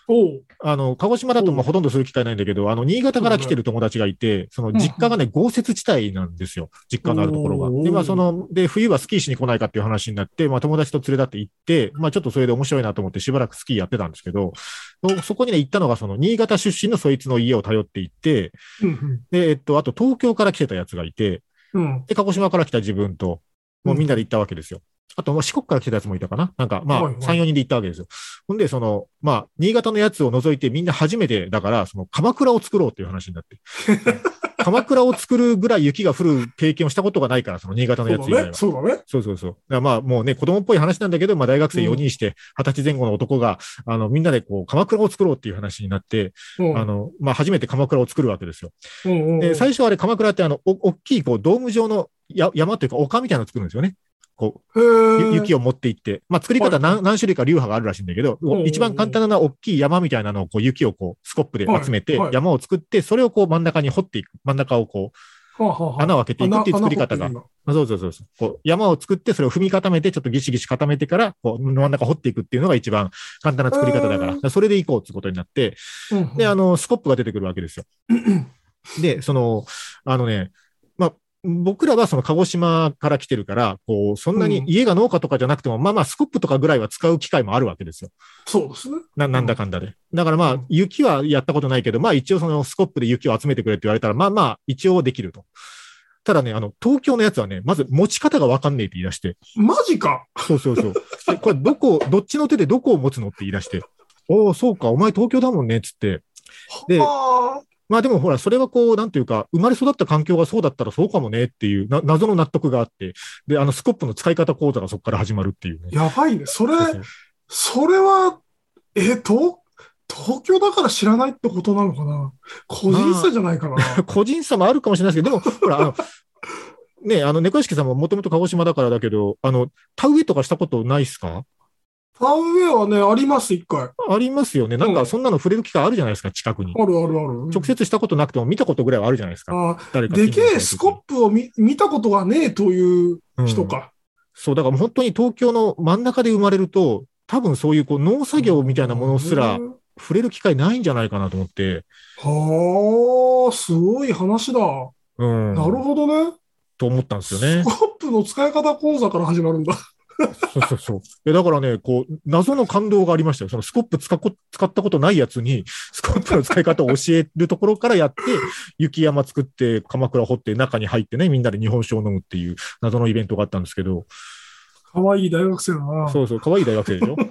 あの、鹿児島だとまあほとんどそういう機会ないんだけど、あの、新潟から来てる友達がいて、その実家がね、豪雪地帯なんですよ。実家のあるところが。で、まあその、で、冬はスキーしに来ないかっていう話になって、まあ友達と連れ立って行って、まあちょっとそれで面白いなと思ってしばらくスキーやってたんですけど、そこにね、行ったのがその新潟出身のそいつの家を頼って行って、で、えっと、あと東京から来てたやつがいて、で、鹿児島から来た自分と、もうみんなで行ったわけですよ。あと、四国から来てたやつもいたかななんか、まあ、さん、よにんで行ったわけですよ。ほんで、その、まあ、新潟のやつを除いてみんな初めてだから、その、鎌倉を作ろうっていう話になって。鎌倉を作るぐらい雪が降る経験をしたことがないから、その新潟のやつ以外は。 そうだね。 そうそうそう。だからまあ、もうね、子供っぽい話なんだけど、まあ、大学生よにんして、はたちぜん後の男が、あの、みんなでこう、鎌倉を作ろうっていう話になって、あの、まあ、初めて鎌倉を作るわけですよ。で、最初はあれ、鎌倉って、あの、お、大きい、こう、ドーム状のや山というか、丘みたいなのを作るんですよね。こう、雪を持っていって、まあ、作り方何、何種類か流派があるらしいんだけど、一番簡単なのは大きい山みたいなのをこう雪をこうスコップで集めて山を作って、それをこう真ん中に掘っていく。真ん中をこう、穴を開けていくっていう作り方が。そうそうそうそう。こう山を作ってそれを踏み固めて、ちょっとギシギシ固めてから、こう真ん中掘っていくっていうのが一番簡単な作り方だから、それでいこうってことになって、で、あの、スコップが出てくるわけですよ。で、その、あのね、まあ、僕らはその鹿児島から来てるから、こう、そんなに家が農家とかじゃなくても、うん、まあまあスコップとかぐらいは使う機会もあるわけですよ。 そうですね。 な、なんだかんだで。だからまあ、雪はやったことないけど、まあ一応そのスコップで雪を集めてくれって言われたら、まあまあ一応できると。ただね、あの、東京のやつはね、まず持ち方がわかんねえって言い出して。 マジか。 そうそうそう。これどこ、どっちの手でどこを持つのって言い出して。おお、そうか、お前東京だもんね、つって。で、まあでもほら、それはこう、なんていうか、生まれ育った環境がそうだったらそうかもねっていう、な謎の納得があって、で、あの、スコップの使い方講座がそこから始まるっていうね。 やばいね。それ、そうそう、それは、え、東、東京だから知らないってことなのかな、個人差じゃないかな、まあ、 個人差もあるかもしれないですけど、でも、ほら、あの、ね、あの、猫屋敷さんももともと鹿児島だからだけど、あの、田植えとかしたことないっすか？ 田植えはね、あります、一回。 ありますよね。なんか、そんなの触れる機会あるじゃないですか、近くに。 あるあるある。 直接したことなくても見たことぐらいはあるじゃないですか。 あ誰かでけえスコップを 見, 見たことがねえという人か、うん。 そう、だから本当に東京の真ん中で生まれると、多分そういうこう農作業みたいなものすら触れる機会ないんじゃないかなと思って。 はあ、すごい話だ。うん。なるほどね。 と思ったんですよね。 スコップの使い方講座から始まるんだ。 そうそうそう。いやだからね、こう、謎の感動がありましたよ。そのスコップ使こ使ったことないやつに、スコップの使い方を教えるところからやって、雪山作って、鎌倉掘って、中に入ってね、みんなで日本酒を飲むっていう謎のイベントがあったんですけど。 かわいい大学生だな。 そうそう、かわいい大学生でしょ。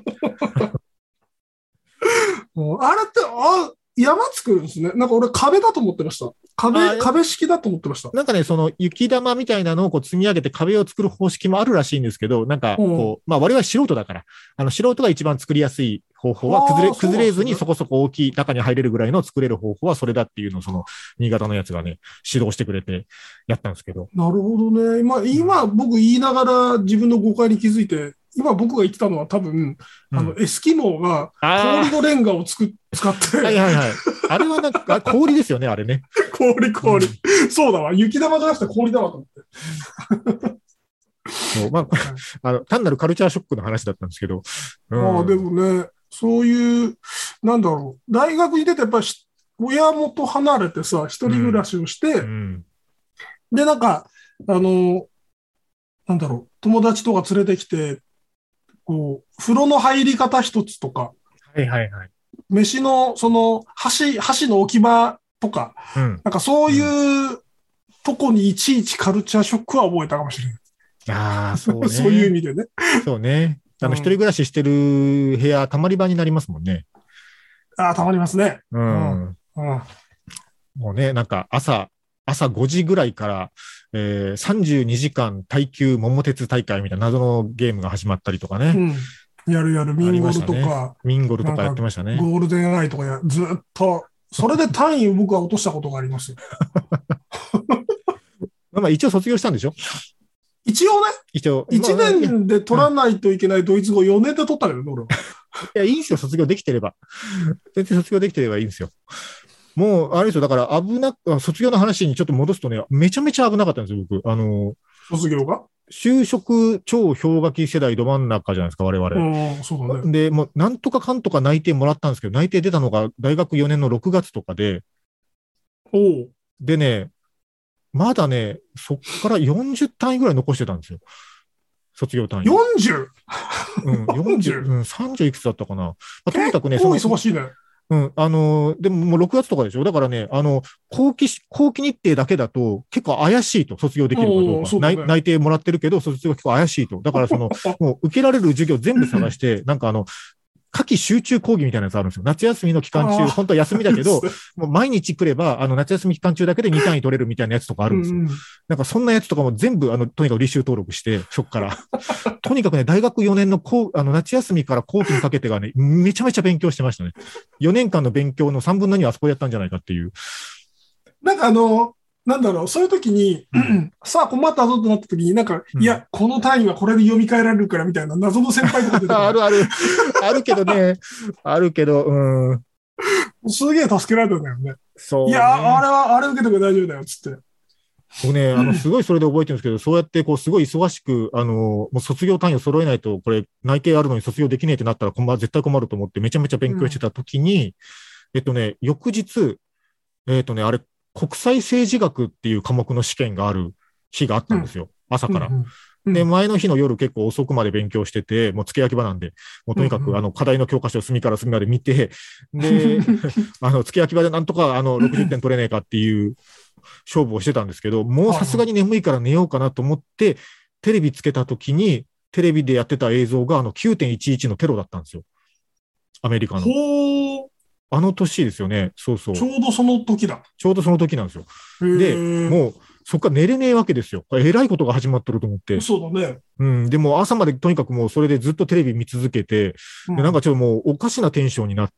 もうあれって、あ、山作るんですね。なんか俺壁だと思ってました。壁、壁式だと思ってました。 なんかね、その雪玉みたいなのをこう積み上げて壁を作る方式もあるらしいんですけど、なんかこう、まあ我々素人だから、あの素人が一番作りやすい方法は崩れ、崩れずにそこそこ大きい中に入れるぐらいの作れる方法はそれだっていうのをその新潟のやつがね、指導してくれてやったんですけど。 なるほどね。今、今僕言いながら自分の誤解に気づいて、今僕が言ってたのは多分、うん、あの、エスキモーが氷のレンガをつく使って。 はいはいはい。あれはなんか、氷ですよね、あれね。 氷、氷、うん。そうだわ。雪玉じゃなくて氷だわと思って。 そうまあ、あの、単なるカルチャーショックの話だったんですけど。 うん、まあでもね、そういう、なんだろう。大学に出てやっぱり親元離れてさ、一人暮らしをして、うんうん、で、なんか、あの、なんだろう、友達とか連れてきて、こう、風呂の入り方一つとか、 はいはいはい。 飯の、その、箸、箸の置き場とか、うん、なんかそういうとこにいちいちカルチャーショックは覚えたかもしれない。 ああ、そうね。 そういう意味でね。 そうね。あの、一人暮らししてる部屋、たまり場になりますもんね。 ああ、たまりますね。 うん。うん、もうね、なんか朝、朝ごじぐらいから、えー、さんじゅうにじかん耐久桃鉄大会みたいな謎のゲームが始まったりとかね。 うん、やるやる、ミンゴルとか、ね。 ミンゴルとかやってましたね。 ゴールデンアイとかや、ずっと、それで単位を僕は落としたことがあります。 まあ一応卒業したんでしょ？ 一応ね。 一応。 いちねんで取らないといけないドイツ語よねんで取ったけどね、俺は。 いや、いいんですよ、卒業できてれば。全然卒業できてればいいんですよ。もう、あれですよ、だから危なく、卒業の話にちょっと戻すとね、めちゃめちゃ危なかったんですよ、僕。あの、 卒業が？ 就職超氷河期世代ど真ん中じゃないですか、我々。 うん、そうだね。 で、もう、なんとかかんとか内定もらったんですけど、内定出たのが大学よねんのろくがつとかで、 おう。 でね、まだね、そっからよんじゅう単位ぐらい残してたんですよ。卒業単位。 よんじゅう? うん、よんじゅう、うん、さんじゅういくつだったかな。まあ、とにかくね、 結構忙しいね。 うん、あのー、でももうろくがつとかでしょ。だからね、あの、後期、後期日程だけだと結構怪しいと、卒業できるかどうか。 うね、 内, 内定もらってるけど、卒業結構怪しいと。だからその、もう受けられる授業全部探して、なんかあの、夏季集中講義みたいなやつあるんですよ。夏休みの期間中、本当は休みだけど、もう毎日来れば、あの、夏休み期間中だけでに単位取れるみたいなやつとかあるんですよ。うんうん、なんかそんなやつとかも全部、あの、とにかく履修登録して、そっから。とにかくね、大学よねんのこう、あの、夏休みから後期にかけてがね、めちゃめちゃ勉強してましたね。よねんかんの勉強のさんぶんのにはあそこでやったんじゃないかっていう。 なんかあの、なんだろう、そういう時に、うん、さあ困ったぞってなった時に、なんか、うん、いや、この単位はこれで読み替えられるからみたいな謎の先輩とか出てくる。 あるある。あるけどね。あるけど、うん。 すげえ助けられたんだよね。 そう、ね。 いや、あれは、あれ受けてくれ大丈夫だよ、つって。 僕ね、あの、すごいそれで覚えてるんですけど、そうやって、こう、すごい忙しく、あの、もう卒業単位を揃えないと、これ、内定あるのに卒業できねえってなったら、困る、絶対困ると思って、めちゃめちゃ勉強してた時に、うん、えっとね、翌日、えっとね、あれ、国際政治学っていう科目の試験がある日があったんですよ。うん、朝から。うんうん、で、前の日の夜結構遅くまで勉強してて、もう付け焼き場なんで、もうとにかくあの課題の教科書を隅から隅まで見て、で、あの付け焼き場でなんとかあのろくじゅってん取れねえかっていう勝負をしてたんですけど、もうさすがに眠いから寝ようかなと思って、テレビつけた時に、テレビでやってた映像があの きゅうてんいちいち のテロだったんですよ。アメリカの。 ほー。 あの年ですよね。そうそう。 ちょうどその時だ。 ちょうどその時なんですよ。で、もう、そっから寝れねえわけですよ。えらいことが始まってると思って。 そうだね。 うん。でも朝までとにかくもうそれでずっとテレビ見続けて、うん、でなんかちょっともうおかしなテンションになって、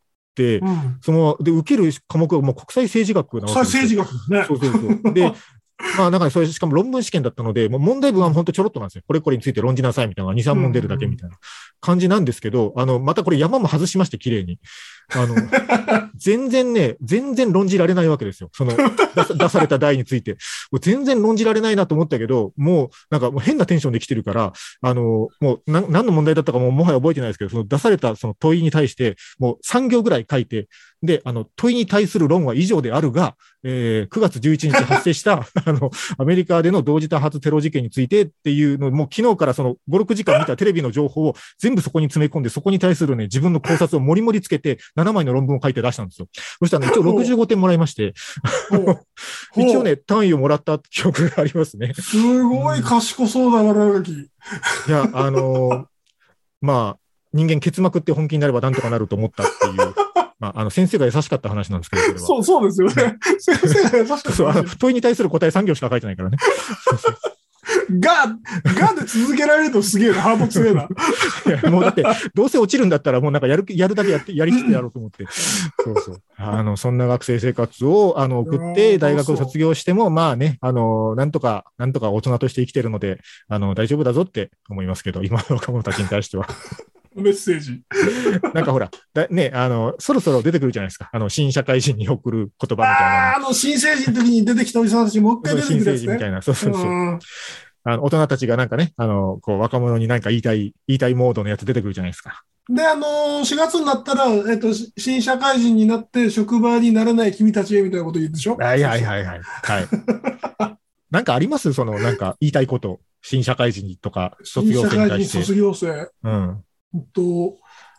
うん、その、で、受ける科目がもう国際政治学なわけですよ。 国際政治学ね。 そうそうそう。で、まあ、なんかそれ、しかも論文試験だったので、もう問題文は本当ちょろっとなんですよ。これこれについて論じなさいみたいなのがに、さん問出るだけみたいな感じなんですけど、あの、またこれ山も外しまして、綺麗に。あの、全然ね、全然論じられないわけですよ。その、出された題について。もう全然論じられないなと思ったけど、もう、なんかもう変なテンションで来てるから、あの、もう、な、何の問題だったかももはや覚えてないですけど、その出されたその問いに対して、もうさん行ぐらい書いて、で、あの、問いに対する論は以上であるが、えー、くがつじゅういちにち発生した、あの、アメリカでの同時多発テロ事件についてっていうのを、もう昨日からそのご、ろくじかん見たテレビの情報を全部そこに詰め込んで、そこに対するね、自分の考察をもりもりつけて、ななまいの論文を書いて出したんですよ。そしたらね、一応ろくじゅうごてんもらいまして、一応ね、単位をもらった記憶がありますね。 すごい賢そうだな、長木。いや、あのー、まあ、人間結膜って本気になればなんとかなると思ったっていう。まあ、あの先生が優しかった話なんですけど、それは。 そう、そうですよね。先生が優しかった。 そう、あの問いに対する答えさん行しか書いてないからね。 が、がで続けられるとすげえな、ハート強えな。 いや、もうだって、どうせ落ちるんだったら、もうなんかやる、やるだけやって、やりきってやろうと思って。そうそう。あの、そんな学生生活を、あの、送って、大学を卒業しても、まあね、あの、なんとか、なんとか大人として生きてるので、あの、大丈夫だぞって思いますけど、今の若者たちに対しては。 メッセージ。 なんかほら、だね、あの、そろそろ出てくるじゃないですか。あの、新社会人に送る言葉みたいな。 ああ、あの、新成人の時に出てきたおじさんたち、もう一回出てくるやつね。 新成人みたいな。そうそうそう。あの、大人たちがなんかね、あの、こう、若者に何か言いたい、言いたいモードのやつ出てくるじゃないですか。 で、あのー、しがつになったら、えっと、新社会人になって職場にならない君たちへみたいなこと言うでしょ？ はいはいはいはい。はい。なんかありますその、なんか言いたいこと。新社会人とか、卒業生に対して。 新社会人、卒業生。 うん。 と、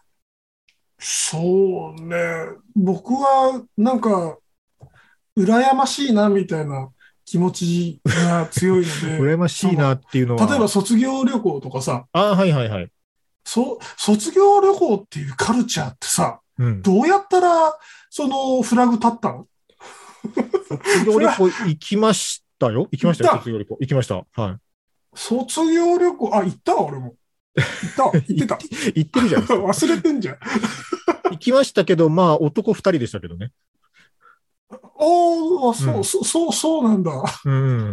そうね。僕は、なんか、羨ましいな、みたいな気持ちが強いので。 羨ましいなっていうのは。 例えば卒業旅行とかさ。 ああ、はいはいはい。 そ、卒業旅行っていうカルチャーってさ、うん、どうやったら、そのフラグ立ったの？ 卒業旅行行きましたよ。行きましたよ、卒業旅行。行きました。はい。 卒業旅行、あ、行ったわ、俺も。行った、行ってた。 行ってるじゃん。 忘れてんじゃん。 行きましたけど、まあ、男二人でしたけどね。 おー、そう、うん、そ、そう、そうなんだ。 うん。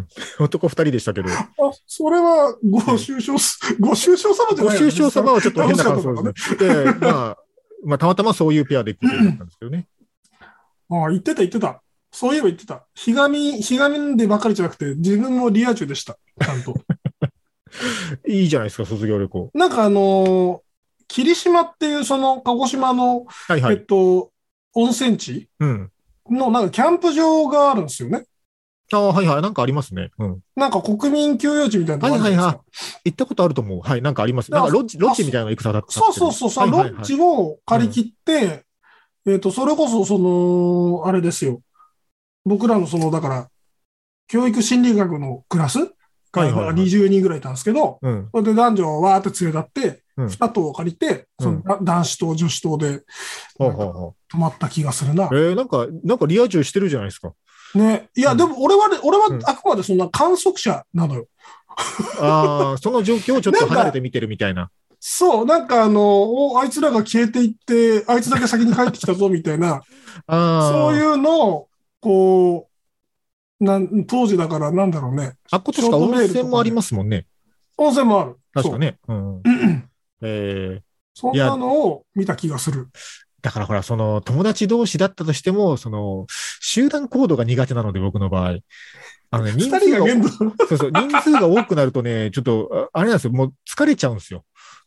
男二人でしたけど。あ、 それは、ご愁傷、ご愁傷様じゃないご愁傷様はちょっと変な感想ですね。で、まあ、まあ、たまたまそういうペアで行くことだったんですけどね。 ああ、言ってた、言ってた。そういえば言ってた。ひがみ、ひがみんでばかりじゃなくて、自分もリア充でした。ちゃんと。 いいじゃないですか、卒業旅行。 なんかあのー霧島っていうその鹿児島の、 はいはい。 えっと、温泉地うん。 のなんかキャンプ場があるんですよね。 ああ、はいはい。なんかありますね。うん。 なんか国民休養地みたいなのはいはいはい。 があるじゃないですか。 行ったことあると思う。はい。なんかあります。なんかだからロッジ、ロッあそジみたいなのいくつかだそうそうそう、そのロッはいはいはい。 ジを借りうん。 切って、えっと、それこそその、あれですよ。僕らのその、だから、教育心理学のクラスはいはいがはい。 にじゅうにんぐらいいたんですけど、 うん。 それで男女をわーって連れ立って、 うん。 二棟を借りて、そのうん。 男子と女子棟で、 ほうなんか、 ほうほ泊まった気がするう。 な。 えー、なんか、なんかリア充してるじゃないですか。 ね。いや、でうん。 も俺はね、俺はうん。 あくまでそんな観測者なのよ。 ああ、その状況をちょっとなんか、 離れて見てるみたいな。 そう、なんかあの、お、あいつらが消えていって、あいつだけ先に帰ってきたぞ、みたいな、そういあうのを、こう、なん、当時だからなんだろうね。 あ、あっこショート確か温メールとかで。 泉もありますもんね。 温泉もある。そ確かね。うん。 う。 えー、いや、 そんなのを見た気がする。 だからほら、その友達同士だったとしても、その集団行動が苦手なので、僕の場合。あのね、人二人数が、 が限度。 そうそう、人数が多くなるとね、ちょっと、ああれなんですよ、もう疲れちゃうんですよ。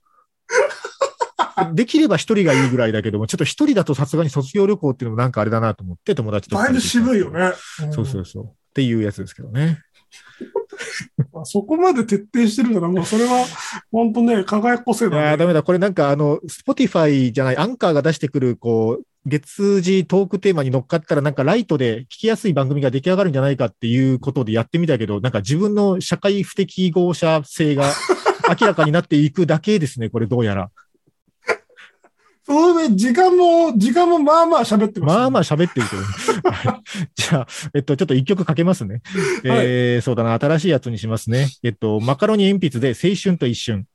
できれば一人がいいぐらいだけども、ちょっと一人だとさすがに卒業旅行っていうのもなんかあれだなと思って友達とだいぶ二人で行ったんですけど。 渋いよね。 そうそうそう。っていうやつですけどね。 うん、そこまで徹底してるなら、もうそれは、本当ね、輝く個性だね。 いやー、ダメだ。これなんかあの、Spotify じゃない、アンカーが出してくる、こう、月次トークテーマに乗っかったらなんかライトで聞きやすい番組が出来上がるんじゃないかっていうことでやってみたけど、なんか自分の社会不適合者性が明らかになっていくだけですね、これどうやら。 その上、時間も、時間もまあまあ喋ってました、ね。 まあまあ喋ってるけど、ね、じゃあ、えっと、ちょっと一曲かけますね。 はい、 えー、そうだな、新しいやつにしますね。えっと、マカロニ鉛筆で青春と一瞬。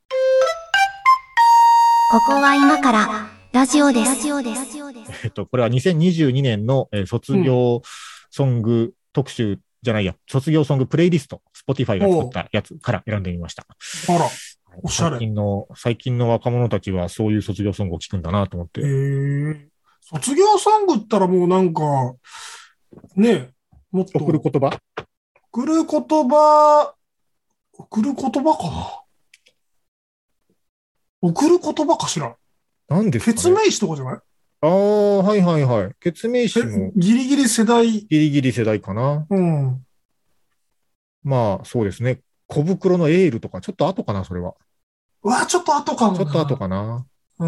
ここは今からラジオです。 えっと、これはにせんにじゅうにねんの、えー、卒業ソング特集じゃないや、卒業ソングプレイリスト、Spotify が作ったやつから選んでみました。 あら。おしゃれ。 最近の、最近の若者たちはそういう卒業ソングを聞くんだなと思って。 へえ。卒業ソングったらもうなんか、ね、もっと。 送る言葉送る言葉、送る言葉かな。送る言葉かしら。 何ですかね。 決命詞とかじゃない？ ああ、はいはいはい。決命詞も。 ギリギリ世代。 ギリギリ世代かな。 うん。 まあ、そうですね。小袋のエールとか、ちょっと後かな、それは。 うわ、ちょっと後かもな。 ちょっと後かな。 うん。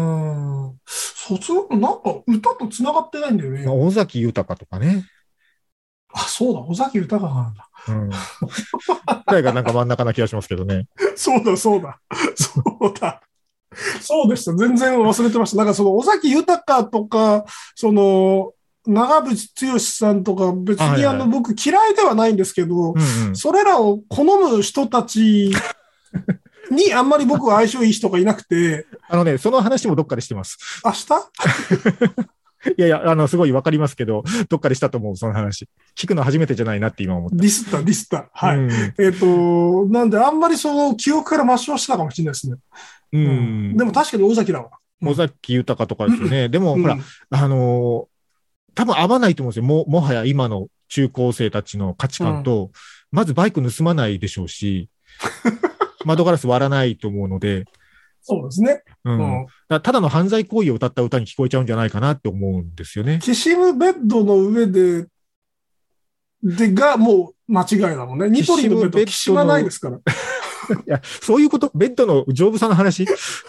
卒業、なんか歌と繋がってないんだよね。 まあ、尾崎豊とかね。 あ、そうだ、尾崎豊なんだ。 うん。誰がなんか真ん中な気がしますけどね。 そうだ、そうだ。そうだ。そうでした。全然忘れてました。なんかその尾崎豊とか、その、長渕剛さんとか、別にあの、僕嫌いではないんですけど、 うんうん、 それらを好む人たちにあんまり僕は相性いい人がいなくて。 あのね、その話もどっかでしてます。 明日いやいや、あの、すごいわかりますけど、どっかでしたと思う、その話。聞くの初めてじゃないなって今思った。 ディスった、ディスった。はい。うん、えっ、ー、と、なんであんまりその記憶から抹消したかもしれないですね。 うん。うん、 でも確かに尾崎だわ。 うん、尾崎豊とかですよね。でも、ほら、あのー、多分合わないと思うんですよ。も、もはや今の中高生たちの価値観と、うん、まずバイク盗まないでしょうし、窓ガラス割らないと思うので、 そうですね。 うん。だただの犯罪行為を歌った歌に聞こえちゃうんじゃないかなって思うんですよね。 きしむベッドの上で、でがもう間違いだもんね。ニトリのベッド、きしまないですから。 いや、そういうこと、ベッドの丈夫さの話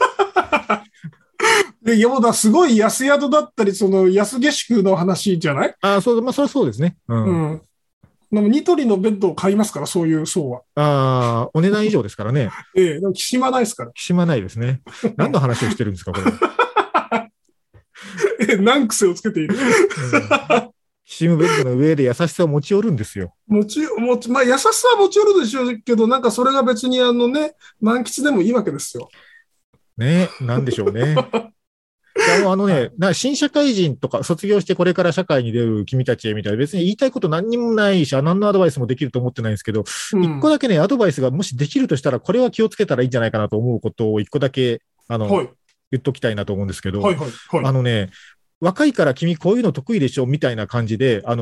で、いや、だすごい安宿だったり、その安下宿の話じゃない？ ああ、そう、まあ、それはそうですね。うん。 うん。でもニトリのベッドを買いますから、そういう層は。 ああ、お値段以上ですからね。 ええ、でもきしまないですから。 きしまないですね。何の話をしてるんですか、これ。 え、何癖をつけている。うん、 きしむベッドの上で優しさを持ち寄るんですよ。 持ち、持ち、まあ優しさは持ち寄るでしょうけど、なんかそれが別にあのね、満喫でもいいわけですよ。 ね、なんでしょうね。いやあのね、な新社会人とか卒業してこれから社会に出る君たちへみたいな別に言いたいこと何にもないし、何のアドバイスもできると思ってないんですけど、一、うん、個だけね、アドバイスがもしできるとしたら、これは気をつけたらいいんじゃないかなと思うことを一個だけ、あの、はい、言っときたいなと思うんですけど、 はいはいはい、 あのね、若いから君こういうの得意でしょみたいな感じで、あの、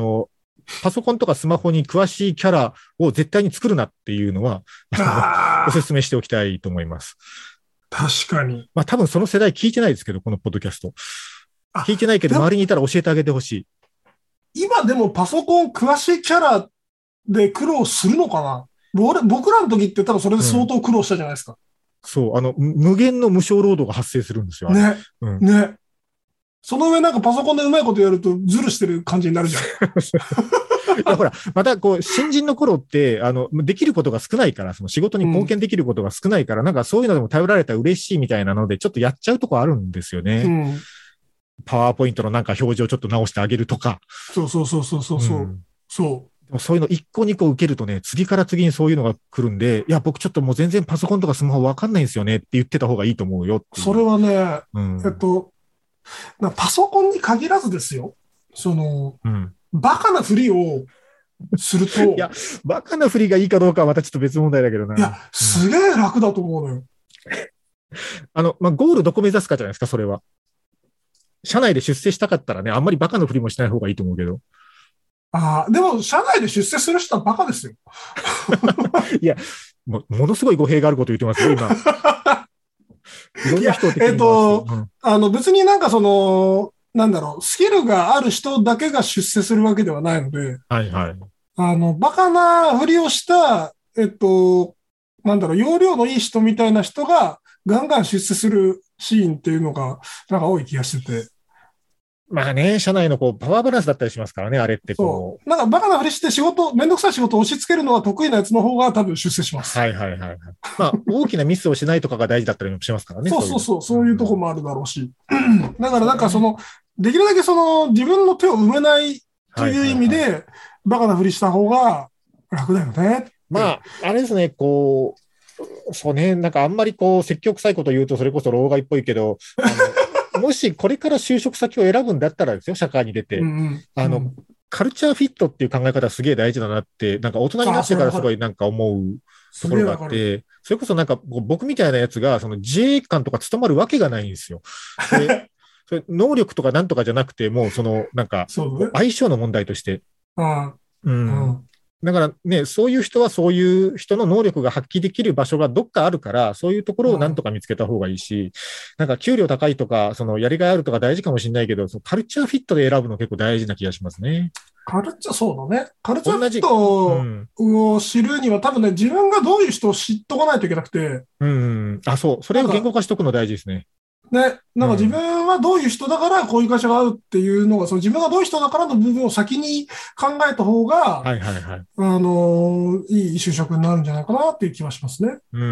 パソコンとかスマホに詳しいキャラを絶対に作るなっていうのは、お勧めしておきたいと思います。 確かに。 まあ多分その世代聞いてないですけど、このポッドキャスト。聞いてないけど、周りにいたら教えてあげてほしい。 今でもパソコン詳しいキャラで苦労するのかな。僕らの時って多分それで相当苦労したじゃないですか。うん、 そう、あの、無限の無償労働が発生するんですよ。 ね。 うん、 ね。その上なんかパソコンでうまいことやるとズルしてる感じになるじゃん。 いやほら、またこう、新人の頃って、あの、できることが少ないから、その仕事に貢献できることが少ないから、うん、なんかそういうのでも頼られたら嬉しいみたいなので、ちょっとやっちゃうとこあるんですよね。うん、パワーポイントのなんか表示をちょっと直してあげるとか。 そうそうそうそうそう。うん、そう。 でもそういうの一個二個受けるとね、次から次にそういうのが来るんで、いや、僕ちょっともう全然パソコンとかスマホわかんないんですよねって言ってた方がいいと思うよって。 それはね、うん、えっと、パソコンに限らずですよ。その、うん、バカなふりをすると。 いや、バカなふりがいいかどうかはまたちょっと別問題だけどな。 いや、すげえ楽だと思うのよ。 あの、まあ、ゴールどこ目指すかじゃないですか、それは。社内で出世したかったらね、あんまりバカなふりもしない方がいいと思うけど。 ああ、でも、社内で出世する人はバカですよ。 いやも、ものすごい語弊があること言ってますよ、今。いろんな人を敵に回す。 えっと、うん、あの、別になんかその、なんだろう、スキルがある人だけが出世するわけではないので、 はいはい。 あの、バカなふりをした、えっと、なんだろう、容量のいい人みたいな人がガンガン出世するシーンっていうのが、なんか多い気がしてて。 まあね、社内のこうパワーバランスだったりしますからね、あれってこう。なんかバカなふりして仕事、めんどくさい仕事を押し付けるのが得意なやつの方が多分出世します。 はいはいはい、はい。まあ、大きなミスをしないとかが大事だったりもしますからね。 そうそうそう、そういうとこもあるだろうし。だからなんかその、できるだけその自分の手を埋めないという意味で、はいはいはい、バカなふりした方が楽だよね。 まあ、あれですね、こう、そうね、なんかあんまりこう、積極臭いこと言うとそれこそ老害っぽいけど、あのもしこれから就職先を選ぶんだったらですよ、社会に出て。うんうん、あの、うん、カルチャーフィットっていう考え方はすげえ大事だなって、なんか大人になってからすごいなんか思うところがあって、それこそなんか僕みたいなやつが、その自衛官とか務まるわけがないんですよ。でそれ能力とかなんとかじゃなくて、もうその、なんか、相性の問題として。 あうんうんだからね、そういう人はそういう人の能力が発揮できる場所がどっかあるから、そういうところをなんとか見つけた方がいいし、なんか給料高いとか、そのやりがいあるとか大事かもしれないけど、そのカルチャーフィットで選ぶの結構大事な気がしますね。 カルチャー、そうだね。カルチャーフィットを知るには、うん、多分ね、自分がどういう人を知っとかないといけなくて。 うん。あ、そう。それを言語化しとくの大事ですね。 ね、なんか自分はどういう人だからこういう会社が合うっていうのが、その自分がどういう人だからの部分を先に考えた方が、 はいはいはい。 あの、いい就職になるんじゃないかなっていう気はしますね。 うん。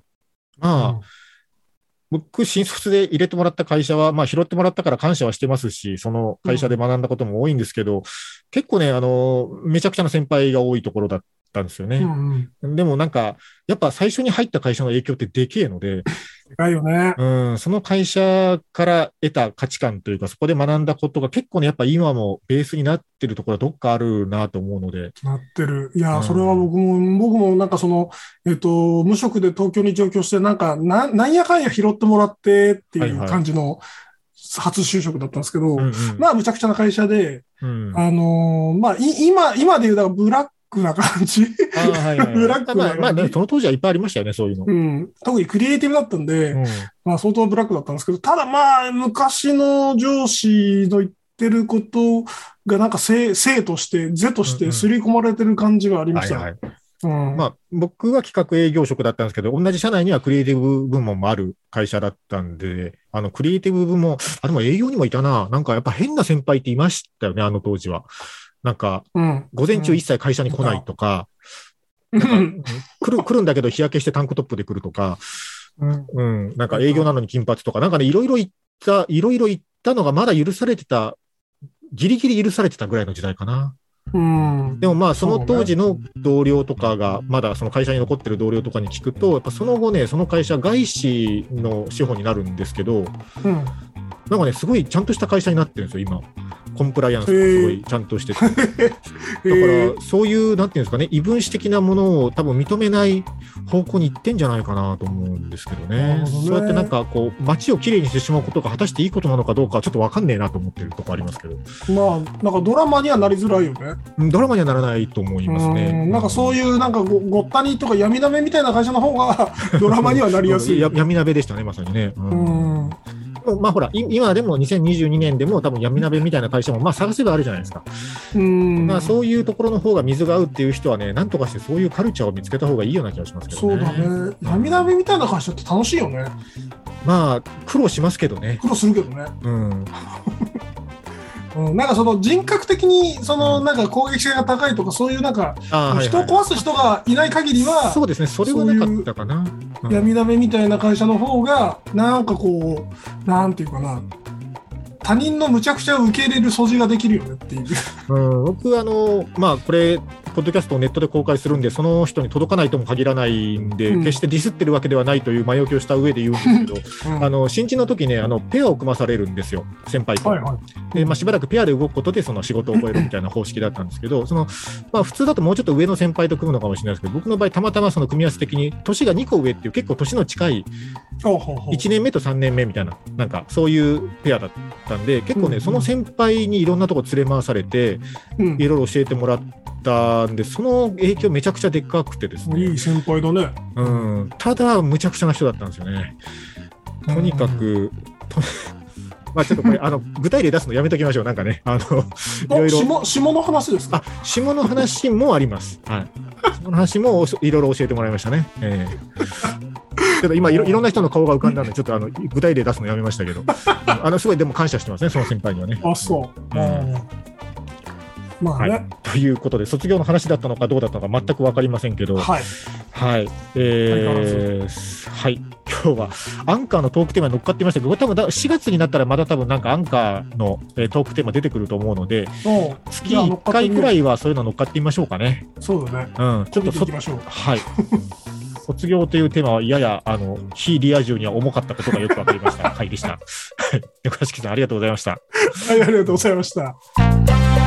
まあ、うん、僕、新卒で入れてもらった会社は、まあ、拾ってもらったから感謝はしてますし、その会社で学んだことも多いんですけど、うん、結構ね、あの、めちゃくちゃな先輩が多いところだったんですよね。うんうん、でもなんか、やっぱ最初に入った会社の影響ってでけえので、 でかいよね。 うん、その会社から得た価値観というか、そこで学んだことが結構ね、やっぱ今もベースになってるところはどっかあるなと思うので。 なってる。いや、うん、それは僕も、僕もなんかその、えっと、無職で東京に上京して、なんか、な、なんやかんや拾ってもらってっていう感じの初就職だったんですけど、はいはい、まあ、むちゃくちゃな会社で、うん、あのー、まあ、い、今、今で言う、だからブラック、な感じ。 あはいはいはい、ブラックな感じ。まあ、まあね、その当時はいっぱいありましたよね、そういうの。 うん。特にクリエイティブだったんで、うん、まあ相当ブラックだったんですけど、ただまあ、昔の上司の言ってることがなんか正、正として、是として刷り込まれてる感じがありました。うんうんはいはいうん、 まあ、僕は企画営業職だったんですけど、同じ社内にはクリエイティブ部門もある会社だったんで、あの、クリエイティブ部門、あ、でも営業にもいたな。なんかやっぱ変な先輩っていましたよね、あの当時は。なんか、うん、午前中一切会社に来ないとか、うん、なんか来る、来るんだけど日焼けしてタンクトップで来るとか、うん、うん、なんか営業なのに金髪とか、なんかね、いろいろ言った、いろいろ言ったのがまだ許されてた、ギリギリ許されてたぐらいの時代かな。 うん、 でもまあその当時の同僚とかがまだその会社に残ってる同僚とかに聞くとやっぱその後ねその会社外資の資本になるんですけど、うん、なんかねすごいちゃんとした会社になってるんですよ今。 コンプライアンスがすごいちゃんとしてて、だからそういうなんていうんですかね、異分子的なものを多分認めない方向に行ってんじゃないかなと思うんですけどね。ね、そうやってなんかこう街をきれいにしてしまうことが果たしていいことなのかどうかちょっと分かんねえなと思ってるとこありますけど、 まあなんかドラマにはなりづらいよね。 ドラマにはならないと思いますね。 なんかそういうなんか ご, ごったにとか闇鍋みたいな会社の方がドラマにはなりやすい。 闇鍋でしたね、まさにね。うん、まあほら今でもにせんにじゅうにねんでも多分闇鍋みたいな会社もまあ探せばあるじゃないですか。うん、まあそういうところの方が水が合うっていう人はね、なんとかしてそういうカルチャーを見つけた方がいいような気がしますけどね。 そうだね。闇鍋みたいな会社って楽しいよね。 まあ苦労しますけどね。 苦労するけどね。 うんうん、なんかその人格的にそのなんか攻撃性が高いとかそういうなんか人を壊す人がいない限りは、 そうですね、それはなかったかな。 闇鍋みたいな会社の方がなんかこうなんていうかな、他人の無茶苦茶を受け入れる素地ができるよねっていう、 うん、僕あのまあこれポッドキャストをネットで公開するんでその人に届かないとも限らないんで、うん、決してディスってるわけではないという前置きをした上で言うんですけど、うん、あの新人の時ねあのペアを組まされるんですよ、先輩と、はいはい、でまあ、しばらくペアで動くことでその仕事を覚えるみたいな方式だったんですけど、そのまあ、普通だともうちょっと上の先輩と組むのかもしれないですけど、僕の場合たまたまその組み合わせ的に年がにこ上っていう結構年の近いいちねんめとさんねんめみたいな、なんかそういうペアだったんで結構ね、うん、その先輩にいろんなとこ連れ回されて、うん、いろいろ教えてもらったんで、その影響めちゃくちゃでっかくてですね、 いい先輩だね、 うん、ただむちゃくちゃな人だったんですよね。とにかくとまあちょっとこれあの具体例出すのやめときましょう。なんかね、あのいろいろ下, 下の話ですか？ あ、下の話もあります。はい。下の話もいろいろ教えてもらいましたね。えー、ちょっと今い ろ, いろんな人の顔が浮かんだんでちょっとあの具体例出すのやめましたけど、あのすごいでも感謝してますね、その先輩にはね。 あ、そう。うんまあね、 はい、ということで卒業の話だったのかどうだったのか全く分かりませんけど、はい、はい、えー、はい、今日はアンカーのトークテーマに乗っかっていましたけど、多分しがつになったらまた多分なんかアンカーの、えー、トークテーマ出てくると思うので、月いっかいくらいはそういうの乗っかってみましょうかね。 そうだね。 うん、ちょっとそきましょう。 はい。卒業というテーマはややあの非リア充には重かったことがよく分かりました回でした。猫屋敷さんありがとうございました。 はい、ありがとうございました。